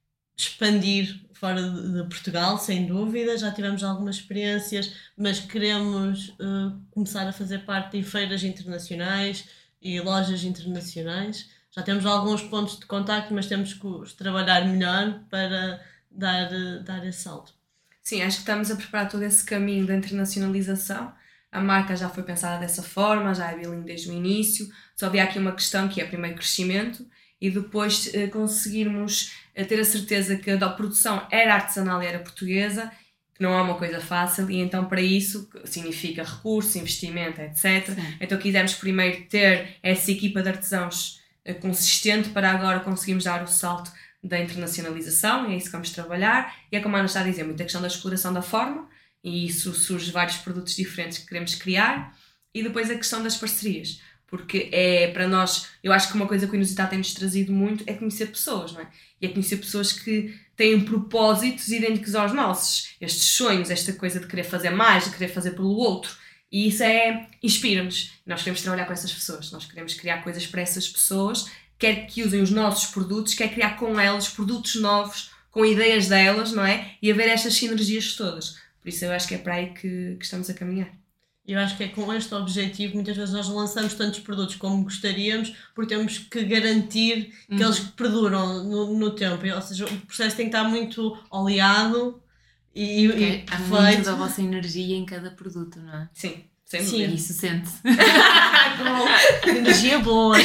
expandir fora de Portugal, sem dúvida. Já tivemos algumas experiências, mas queremos uh, começar a fazer parte de feiras internacionais e lojas internacionais. Já temos alguns pontos de contacto, mas temos que trabalhar melhor para dar, uh, dar esse salto. Sim, acho que estamos a preparar todo esse caminho da internacionalização. A marca já foi pensada dessa forma, já é bilíngue desde o início. Só havia aqui uma questão que é primeiro crescimento e depois eh, conseguirmos eh, ter a certeza que a produção era artesanal e era portuguesa, que não é uma coisa fácil, e então para isso significa recurso, investimento, etcétera. Sim. Então quisemos primeiro ter essa equipa de artesãos eh, consistente para agora conseguirmos dar o salto da internacionalização, e é isso que vamos trabalhar. E é como a Ana está a dizer, muita questão da exploração da forma, e isso surge vários produtos diferentes que queremos criar, e depois a questão das parcerias, porque é para nós, eu acho que uma coisa que o Inusitado tem-nos trazido muito é conhecer pessoas, não é? E é conhecer pessoas que têm propósitos idênticos aos nossos, estes sonhos, esta coisa de querer fazer mais, de querer fazer pelo outro, e isso é, inspira-nos. Nós queremos trabalhar com essas pessoas, nós queremos criar coisas para essas pessoas, quer que usem os nossos produtos, quer criar com elas produtos novos, com ideias delas, não é? E haver estas sinergias todas. Por isso eu acho que é para aí que, que estamos a caminhar. Eu acho que é com este objetivo, muitas vezes nós não lançamos tantos produtos como gostaríamos, porque temos que garantir uhum. que eles perduram no, no tempo. Ou seja, o processo tem que estar muito oleado e, okay. e há feito. muito da vossa energia em cada produto, não é? Sim. Sem Sim, dúvida. isso sente-se. Energia boa.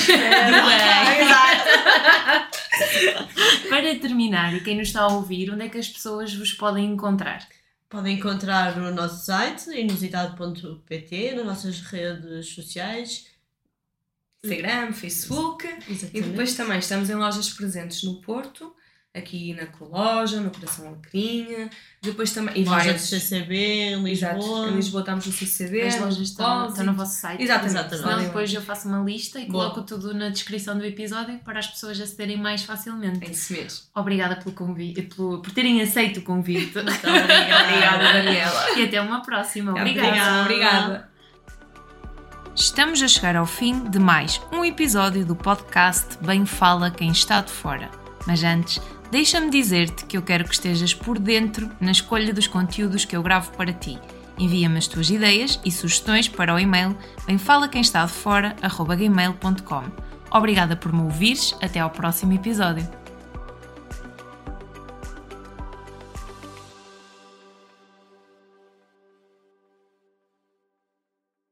Para terminar, e quem nos está a ouvir, onde é que as pessoas vos podem encontrar? Podem encontrar no nosso site, inusitado ponto pt, nas nossas redes sociais. Instagram, Facebook. Exatamente. E depois também estamos em lojas presentes no Porto, aqui na Coloja, no Coração Alecrim, depois também... Loja do C C B, em Lisboa. Exato. Em Lisboa estamos no C C B. As lojas estão, estão no vosso site. Exatamente. Exatamente. Senão depois eu faço uma lista e Boa. coloco tudo na descrição do episódio para as pessoas acederem mais facilmente. É isso mesmo. Obrigada pelo convite, pelo, por terem aceito o convite. Muito obrigada. Obrigada, Daniela. E até uma próxima. Obrigada. Obrigada. Obrigada. Estamos a chegar ao fim de mais um episódio do podcast Bem Fala Quem Está de Fora. Mas antes, deixa-me dizer-te que eu quero que estejas por dentro na escolha dos conteúdos que eu gravo para ti. Envia-me as tuas ideias e sugestões para o e-mail bemfalaquemestadefora arroba gmail ponto com. Obrigada por me ouvires, até ao próximo episódio.